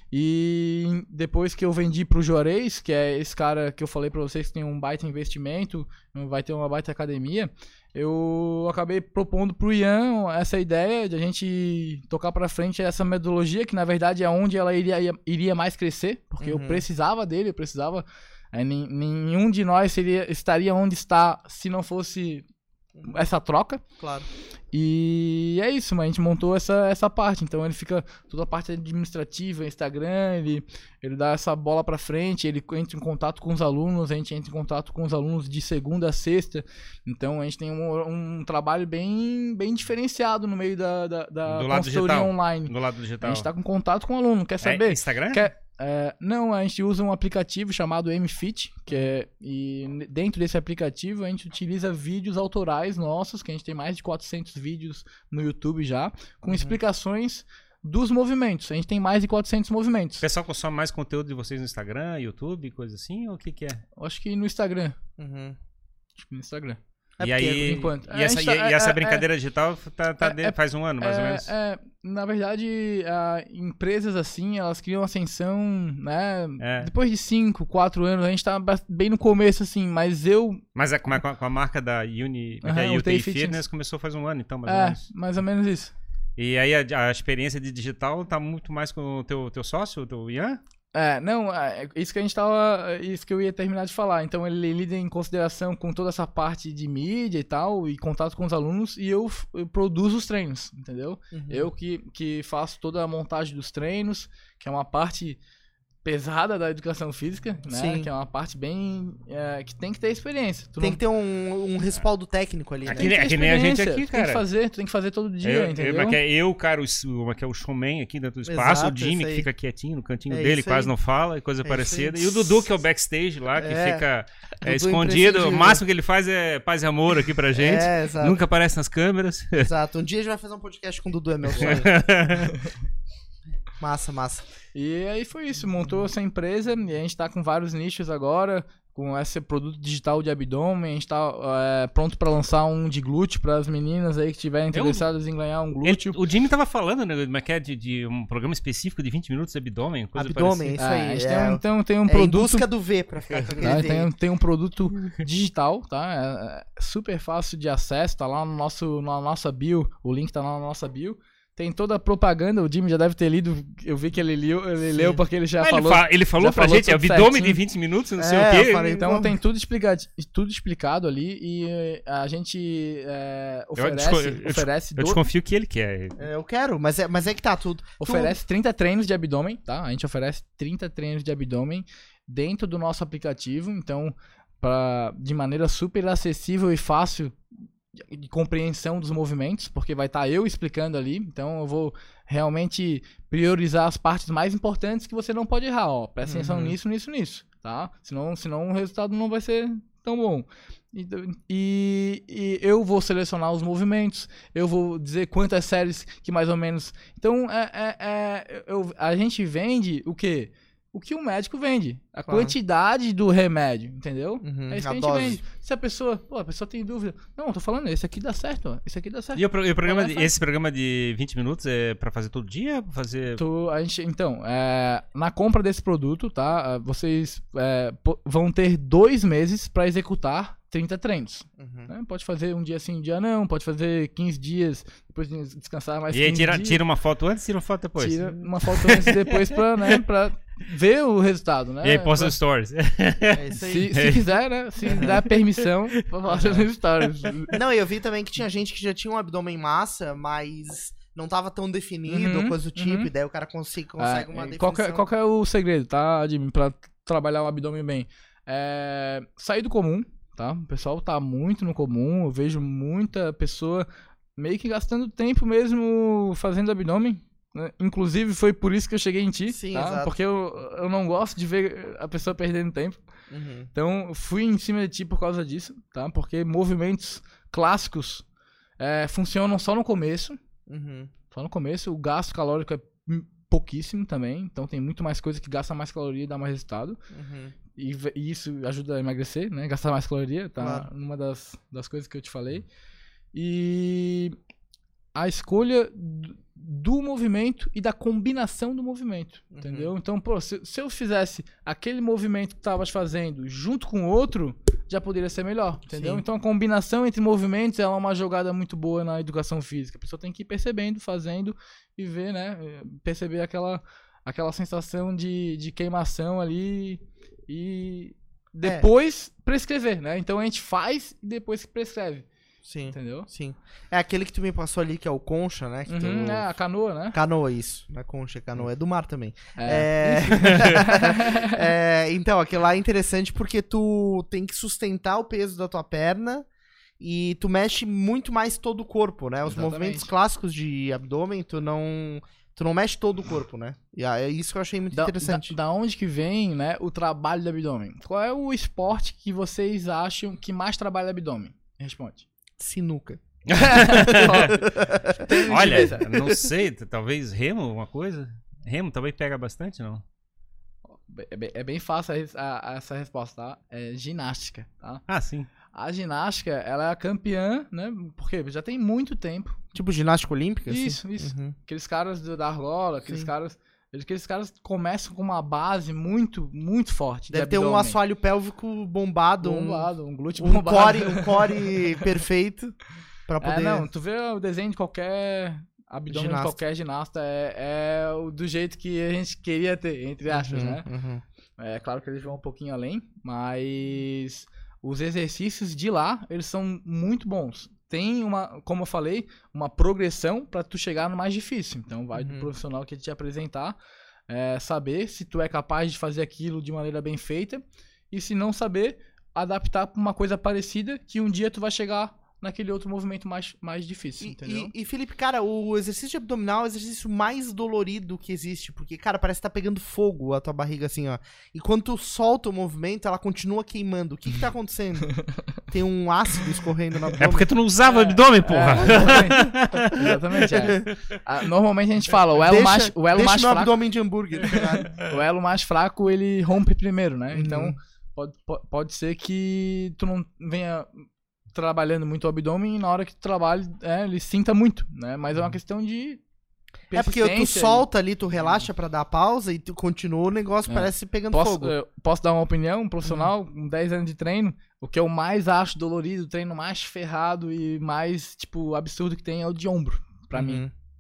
E depois que eu vendi pro Juarez, que é esse cara que eu falei pra vocês que tem um baita investimento, vai ter uma baita academia, eu acabei propondo pro Ian essa ideia de a gente tocar pra frente essa metodologia, que na verdade é onde ela iria, iria mais crescer, porque uhum. eu precisava dele, eu precisava... É, nenhum de nós seria, estaria onde está se não fosse essa troca. Claro. E é isso, mas a gente montou essa, essa parte. Então ele fica toda a parte administrativa, Instagram, ele, ele dá essa bola pra frente, ele entra em contato com os alunos, a gente entra em contato com os alunos de segunda a sexta. Então a gente tem um, um trabalho bem, bem diferenciado no meio da, da, da do lado consultoria digital, online. Do lado digital. A gente tá com contato com o aluno, quer saber? É Instagram? Quer... É, não, a gente usa um aplicativo chamado M-Fit, que é, e dentro desse aplicativo a gente utiliza vídeos autorais nossos, que a gente tem mais de quatrocentos vídeos no YouTube já, com uhum. explicações dos movimentos. A gente tem mais de quatrocentos movimentos. O pessoal consome mais conteúdo de vocês no Instagram, YouTube, coisa assim, ou o que que é? Acho que no Instagram. Uhum. Acho que no Instagram. É e aí, e essa, e, e essa brincadeira é, digital tá, tá é, de, faz um ano, mais é, ou menos? É, na verdade, a, empresas assim, elas criam ascensão, né? É. Depois de cinco, quatro anos, a gente tá bem no começo, assim, mas eu... Mas é, com, a, com a marca da Uni, uhum, da U T I Fitness, Fitness começou faz um ano, então, mais é, ou menos. mais ou menos isso. E aí a, a experiência de digital tá muito mais com o teu, teu sócio, o teu Ian? É, não, é, isso que a gente tava, isso que eu ia terminar de falar. Então ele lida em consideração com toda essa parte de mídia e tal, e contato com os alunos, e eu, eu produzo os treinos, entendeu? Uhum. Eu que, que faço toda a montagem dos treinos, que é uma parte pesada da educação física, né? Sim. Que é uma parte bem... É, que tem que ter experiência. Tu tem não... que ter um, um respaldo técnico ali, aqui, né? É que nem a gente aqui, tu cara. Tem que fazer, tu tem que fazer todo dia, eu, entendeu? Eu, é eu, cara, o, que é o showman aqui dentro do espaço, Exato, o Jimmy, que fica quietinho no cantinho é dele, quase não fala, coisa é parecida. E o Dudu, que é o backstage lá, que é. fica é, escondido. O máximo que ele faz é paz e amor aqui pra gente. É, exato. Nunca aparece nas câmeras. Exato. Um dia a gente vai fazer um podcast com o Dudu, é meu sonho. Massa, massa. E aí foi isso, montou essa empresa e a gente tá com vários nichos agora, com esse produto digital de abdômen, a gente tá é, pronto pra lançar um de glúteo para as meninas aí que estiverem interessadas em ganhar um glúteo. Ele, o Jimmy tava falando, né, de, de um programa específico de vinte minutos de abdômen, coisa abdômen, isso aí. É, a gente é, tem um, então, tem um é produto... em busca do V pra ficar com aquele tá, V. Tem, tem um produto digital, tá? É super fácil de acesso, tá lá no nosso, na nossa bio, o link tá lá na nossa bio. tem toda a propaganda, o Jimmy já deve ter lido, eu vi que ele leu, ele leu porque ele já Mas falou. Ele, fa ele falou pra falou gente, é abdômen certinho. de vinte minutos, não É, sei o quê. eu falei, Então pô. tem tudo explicado, tudo explicado ali e a gente é, oferece, desco- eu desco- oferece, Eu do- desconfio que ele quer. É, eu quero, mas é, mas é que tá tudo. oferece trinta treinos de abdômen, tá? A gente oferece trinta treinos de abdômen dentro do nosso aplicativo, então pra, de maneira super acessível e fácil de compreensão dos movimentos, porque vai estar eu explicando ali, então eu vou realmente priorizar as partes mais importantes que você não pode errar, ó, presta atenção Uhum. nisso, nisso, nisso, tá? Senão, senão o resultado não vai ser tão bom. E, e, e eu vou selecionar os movimentos, eu vou dizer quantas séries que mais ou menos... Então, é, é, é, eu, a gente vende o quê? O que o médico vende. A Claro. quantidade do remédio, entendeu? Uhum, É isso a que a gente dose. vende. Se a pessoa, pô, a pessoa tem dúvida. Não, eu tô falando, esse aqui dá certo, ó. Esse aqui dá certo. E o, pro- e o programa, Olha de- só. esse programa de vinte minutos é pra fazer todo dia? Pra fazer... Tu- a gente, então, é, na compra desse produto, tá? Vocês é, po- vão ter dois meses para executar trinta treinos. Uhum. Né? Pode fazer um dia sim, um dia não. Pode fazer quinze dias, depois descansar mais E aí quinze tira, dias. tira uma foto antes, tira uma foto depois. Tira uma foto antes e depois pra, né, pra ver o resultado, né? E aí posta Pra- os stories. É isso aí. se, se quiser, né? Se der permissão, pra postar nos stories. Não, e eu vi também que tinha gente que já tinha um abdômen massa, mas não tava tão definido, Uhum, ou coisa do tipo, uhum. e daí o cara consegue, consegue uma É, definição. qual, que é, qual que é o segredo, tá, Jimmy, pra trabalhar o abdômen bem? É, sair do comum, tá? O pessoal tá muito no comum, eu vejo muita pessoa meio que gastando tempo mesmo fazendo abdômen. Né? Inclusive foi por isso que eu cheguei em ti, Sim, tá? exato. Porque eu, eu não gosto de ver a pessoa perdendo tempo. Uhum. Então, eu fui em cima de ti por causa disso, tá? Porque movimentos clássicos é, funcionam só no começo. Uhum. Só no começo. O gasto calórico é hum, pouquíssimo também. Então, tem muito mais coisa que gasta mais caloria e dá mais resultado. Uhum. E, ve- e isso ajuda a emagrecer, né? Gastar mais caloria, tá? Claro. Numa das, das coisas que eu te falei. E a escolha do, do movimento e da combinação do movimento, Uhum. entendeu? Então, pô, se, se eu fizesse aquele movimento que tu tavas fazendo junto com outro, já poderia ser melhor, entendeu? Sim. Então, a combinação entre movimentos ela é uma jogada muito boa na educação física. A pessoa tem que ir percebendo, fazendo e ver, né? Perceber aquela, aquela sensação de, de queimação ali e depois prescrever, né? Então, a gente faz e depois que prescreve, Sim, entendeu? sim. É aquele que tu me passou ali, que é o concha, né? Que Uhum, tu... é, a canoa, né? Canoa, isso. Não é concha, é canoa. É do mar também. É. É... É, então, aquilo lá é interessante porque tu tem que sustentar o peso da tua perna e tu mexe muito mais todo o corpo, né? Os Exatamente. movimentos clássicos de abdômen, tu não, tu não mexe todo o corpo, né? E ah, é isso que eu achei muito Da, interessante. da, da onde que vem, né, o trabalho do abdômen? Qual é o esporte que vocês acham que mais trabalha abdômen? Responde. Sinuca. Olha, não sei, t- talvez remo, alguma coisa? Remo também pega bastante, não? É bem, é bem fácil a res- a- a essa resposta, tá? É ginástica, tá? Ah, sim. A ginástica, ela é a campeã, né? Porque já tem muito tempo. Tipo ginástica olímpica? assim? Isso, isso. Uhum. Aqueles caras do- da argola, aqueles Sim. caras... Aqueles caras começam com uma base muito, muito forte. de Deve ter um abdômen. assoalho pélvico bombado, um- bombado, um glúteo um, bombado. core, um core perfeito pra poder... É, não, tu vê o desenho de qualquer abdômen Ginasta. de qualquer ginasta, é, é o do jeito que a gente queria ter, entre aspas, Uhum, né? uhum. É claro que eles vão um pouquinho além, mas os exercícios de lá, eles são muito bons. Tem uma, como eu falei, uma progressão pra tu chegar no mais difícil. Então vai do Uhum. profissional que te apresentar, é, saber se tu é capaz de fazer aquilo de maneira bem feita e se não saber, adaptar pra uma coisa parecida que um dia tu vai chegar naquele outro movimento mais, mais difícil, E, entendeu? e, e, Felipe, cara, o exercício de abdominal é o exercício mais dolorido que existe, porque, cara, parece que tá pegando fogo a tua barriga, assim, ó. E quando tu solta o movimento, ela continua queimando. O que que tá acontecendo? Tem um ácido escorrendo no abdômen. É porque tu não usava abdômen, porra. É, exatamente, exatamente, é. Ah, normalmente a gente fala, o elo deixa, mais, o elo deixa mais meu fraco, abdômen de hambúrguer, tá ligado? o elo mais fraco, ele rompe primeiro, né? Uhum. Então, pode, po- pode ser que tu não venha trabalhando muito o abdômen e na hora que tu trabalha, é, ele sinta muito, né? Mas é uma questão de É porque tu persistência solta ali, tu relaxa pra dar a pausa e tu continua, o negócio É. parece pegando Posso, fogo. eu posso dar uma opinião? Um profissional, Uhum. com dez anos de treino, o que eu mais acho dolorido, o treino mais ferrado e mais, tipo, absurdo que tem é o de ombro, pra Uhum. mim.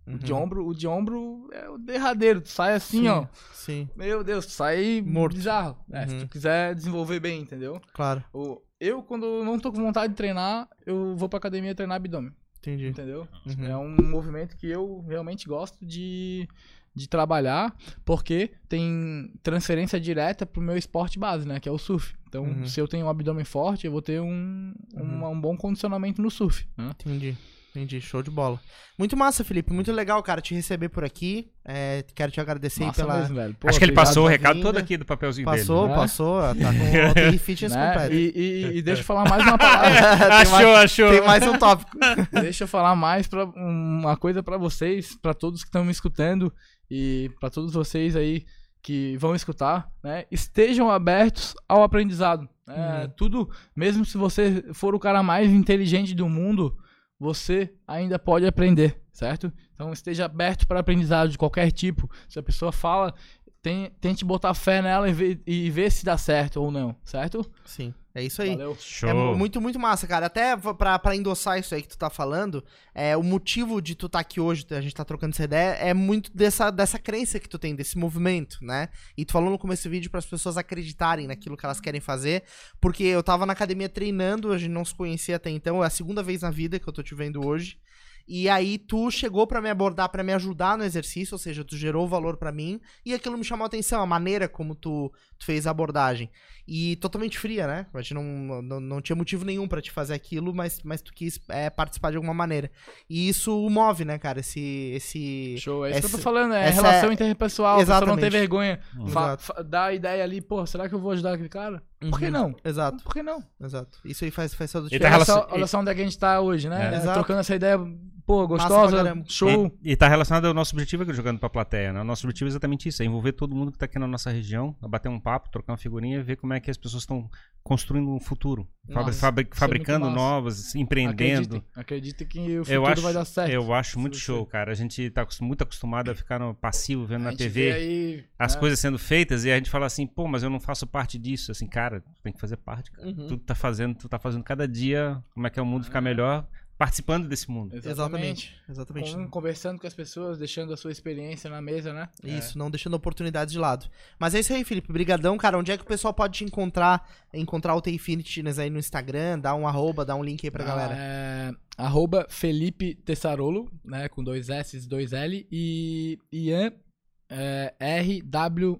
Uhum. O de ombro, o de ombro é o derradeiro. Tu sai assim, sim, ó. Sim. Meu Deus, tu sai morto. Bizarro. É, uhum. se tu quiser desenvolver bem, entendeu? Claro. O, eu, quando não tô com vontade de treinar, eu vou pra academia treinar abdômen. Entendi. Entendeu? Uhum. É um movimento que eu realmente gosto de, de trabalhar, porque tem transferência direta pro meu esporte base, né? Que é o surf. Então, uhum. se eu tenho um abdômen forte, eu vou ter um, um, uhum. um bom condicionamento no surf. Né? Entendi. Entendi, show de bola. Muito massa, Felipe. Muito legal, cara, te receber por aqui. É, quero te agradecer Massa pela... mesmo, velho. Pô, acho que ele passou o recado vinda. todo aqui do papelzinho passou, dele. Passou, passou. Tá com o O T I Fitness né? completo. E, e, e deixa eu falar mais uma palavra. achou, mais, achou. Tem mais um tópico. Deixa eu falar mais pra, uma coisa pra vocês, pra todos que estão me escutando e pra todos vocês aí que vão escutar, né? Estejam abertos ao aprendizado. Né? Uhum. Tudo, mesmo se você for o cara mais inteligente do mundo, você ainda pode aprender, certo? Então esteja aberto para aprendizado de qualquer tipo. Se a pessoa fala, tem, tente botar fé nela e ver, e ver se dá certo ou não, certo? Sim, é isso aí. Valeu. Show. É muito, muito massa, cara. Até pra, pra endossar isso aí que tu tá falando, é, o motivo de tu tá aqui hoje, a gente tá trocando essa ideia, é muito dessa, dessa crença que tu tem, desse movimento, né? E tu falou no começo do vídeo para as pessoas acreditarem naquilo que elas querem fazer, porque eu tava na academia treinando, a gente não se conhecia até então, é a segunda vez na vida que eu tô te vendo hoje. E aí tu chegou pra me abordar, pra me ajudar no exercício, ou seja, tu gerou valor pra mim, e aquilo me chamou a atenção, a maneira como tu, tu fez a abordagem. E totalmente fria, né? A gente não, não, não tinha motivo nenhum pra te fazer aquilo, mas, mas tu quis é, participar de alguma maneira. E isso move, né, cara? Esse... esse Show, é isso essa, que eu tô falando, é essa relação é... interpessoal, a pessoa não ter vergonha. Uhum. Fa, fa, dá a ideia ali, pô, será que eu vou ajudar aquele cara? Uhum. Por que não? Exato. Por que não? Exato. Isso aí faz, faz toda a E tá diferença. Olha, relacion- só, olha só onde é que a gente tá hoje, né? É. Exato. Trocando essa ideia, pô, Massa gostosa, pra caramba. show. E, e tá relacionado ao nosso objetivo aqui jogando pra plateia, né? O nosso objetivo é exatamente isso, é envolver todo mundo que tá aqui na nossa região, a bater um papo, trocar uma figurinha e ver como é que as pessoas estão construindo um futuro. Fabri- Nossa, fabri- isso é fabricando muito massa. novas, empreendendo. Acredita, acredita que o futuro Eu acho, vai dar certo. eu acho muito Se você- show, cara. A gente tá acos- muito acostumado a ficar no passivo, vendo A na gente T vê V aí, as né? coisas sendo feitas e a gente fala assim, pô, mas eu não faço parte disso. Assim, cara, tu tem que fazer parte, cara. Uhum. Tu tá fazendo, tu tá fazendo cada dia como é que é o mundo ficar melhor, participando desse mundo. Exatamente. Exatamente. Com- conversando com as pessoas, deixando a sua experiência na mesa, né? Isso, não deixando oportunidades de lado. Mas é isso aí, Felipe. Brigadão, cara. Onde é que o pessoal pode te encontrar? Encontrar o T I Fitness aí no Instagram, dá um arroba, dá um link aí pra Ah, galera. É, arroba Felipe Tessarolo, né? Com dois S, dois L. E Ian é, R W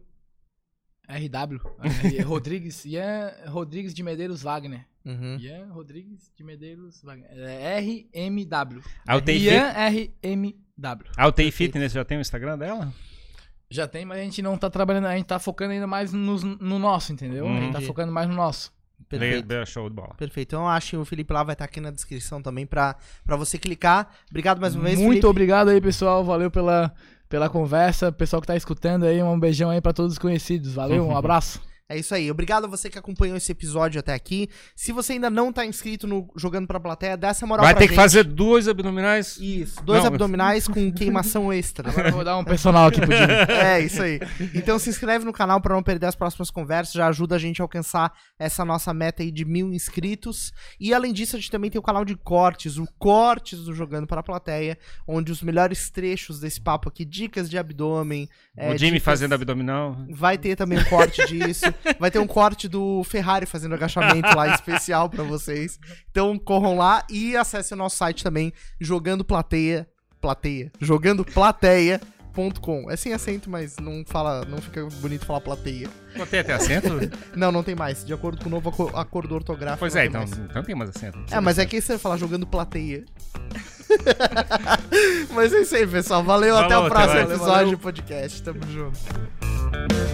R W é, Rodrigues, Ian Rodrigues de Medeiros Wagner. Uhum. Ian Rodrigues de Medeiros Wagner. É R M W. A U T I Ian R M W. A U T I Fitness já tem o Instagram dela? Já tem, mas a gente não tá trabalhando, a gente tá focando ainda mais no, no nosso, entendeu? A gente tá Entendi. focando mais no nosso. Perfeito. Legal, show de bola. Perfeito. Então, acho que o Felipe lá vai estar aqui na descrição também pra, pra você clicar. Obrigado mais uma vez, Muito Felipe. obrigado aí, pessoal. Valeu pela, pela conversa. Pessoal que tá escutando aí, um beijão aí pra todos os conhecidos. Valeu, um abraço. É isso aí. Obrigado a você que acompanhou esse episódio até aqui. Se você ainda não tá inscrito no Jogando Pra Plateia, dá essa moral Vai pra ter que gente. fazer dois abdominais. Isso. Dois Não. abdominais com queimação extra. Agora eu vou dar um personal aqui pro Jimmy. É, isso aí. Então se inscreve no canal pra não perder as próximas conversas, já ajuda a gente a alcançar essa nossa meta aí de mil inscritos. E além disso, a gente também tem o canal de cortes, o Cortes do Jogando para a Plateia, onde os melhores trechos desse papo aqui, dicas de abdômen. é, O Jimmy dicas- fazendo abdominal. Vai ter também um corte disso. Vai ter um corte do Ferrari fazendo agachamento lá especial pra vocês. Então corram lá e acessem o nosso site também, Jogando Plateia. Plateia. Jogando Plateia. .com. É sem acento, mas não fala, não fica bonito falar plateia. Não tem até acento? Não, não tem mais. De acordo com o novo aco- acordo ortográfico. Pois não é, tem então mais. não tem mais acento. É, mas é que você vai falar jogando plateia. Mas é isso aí, pessoal. Valeu, Falou, até o até próximo mais. episódio Valeu, valeu. do podcast. Tamo junto.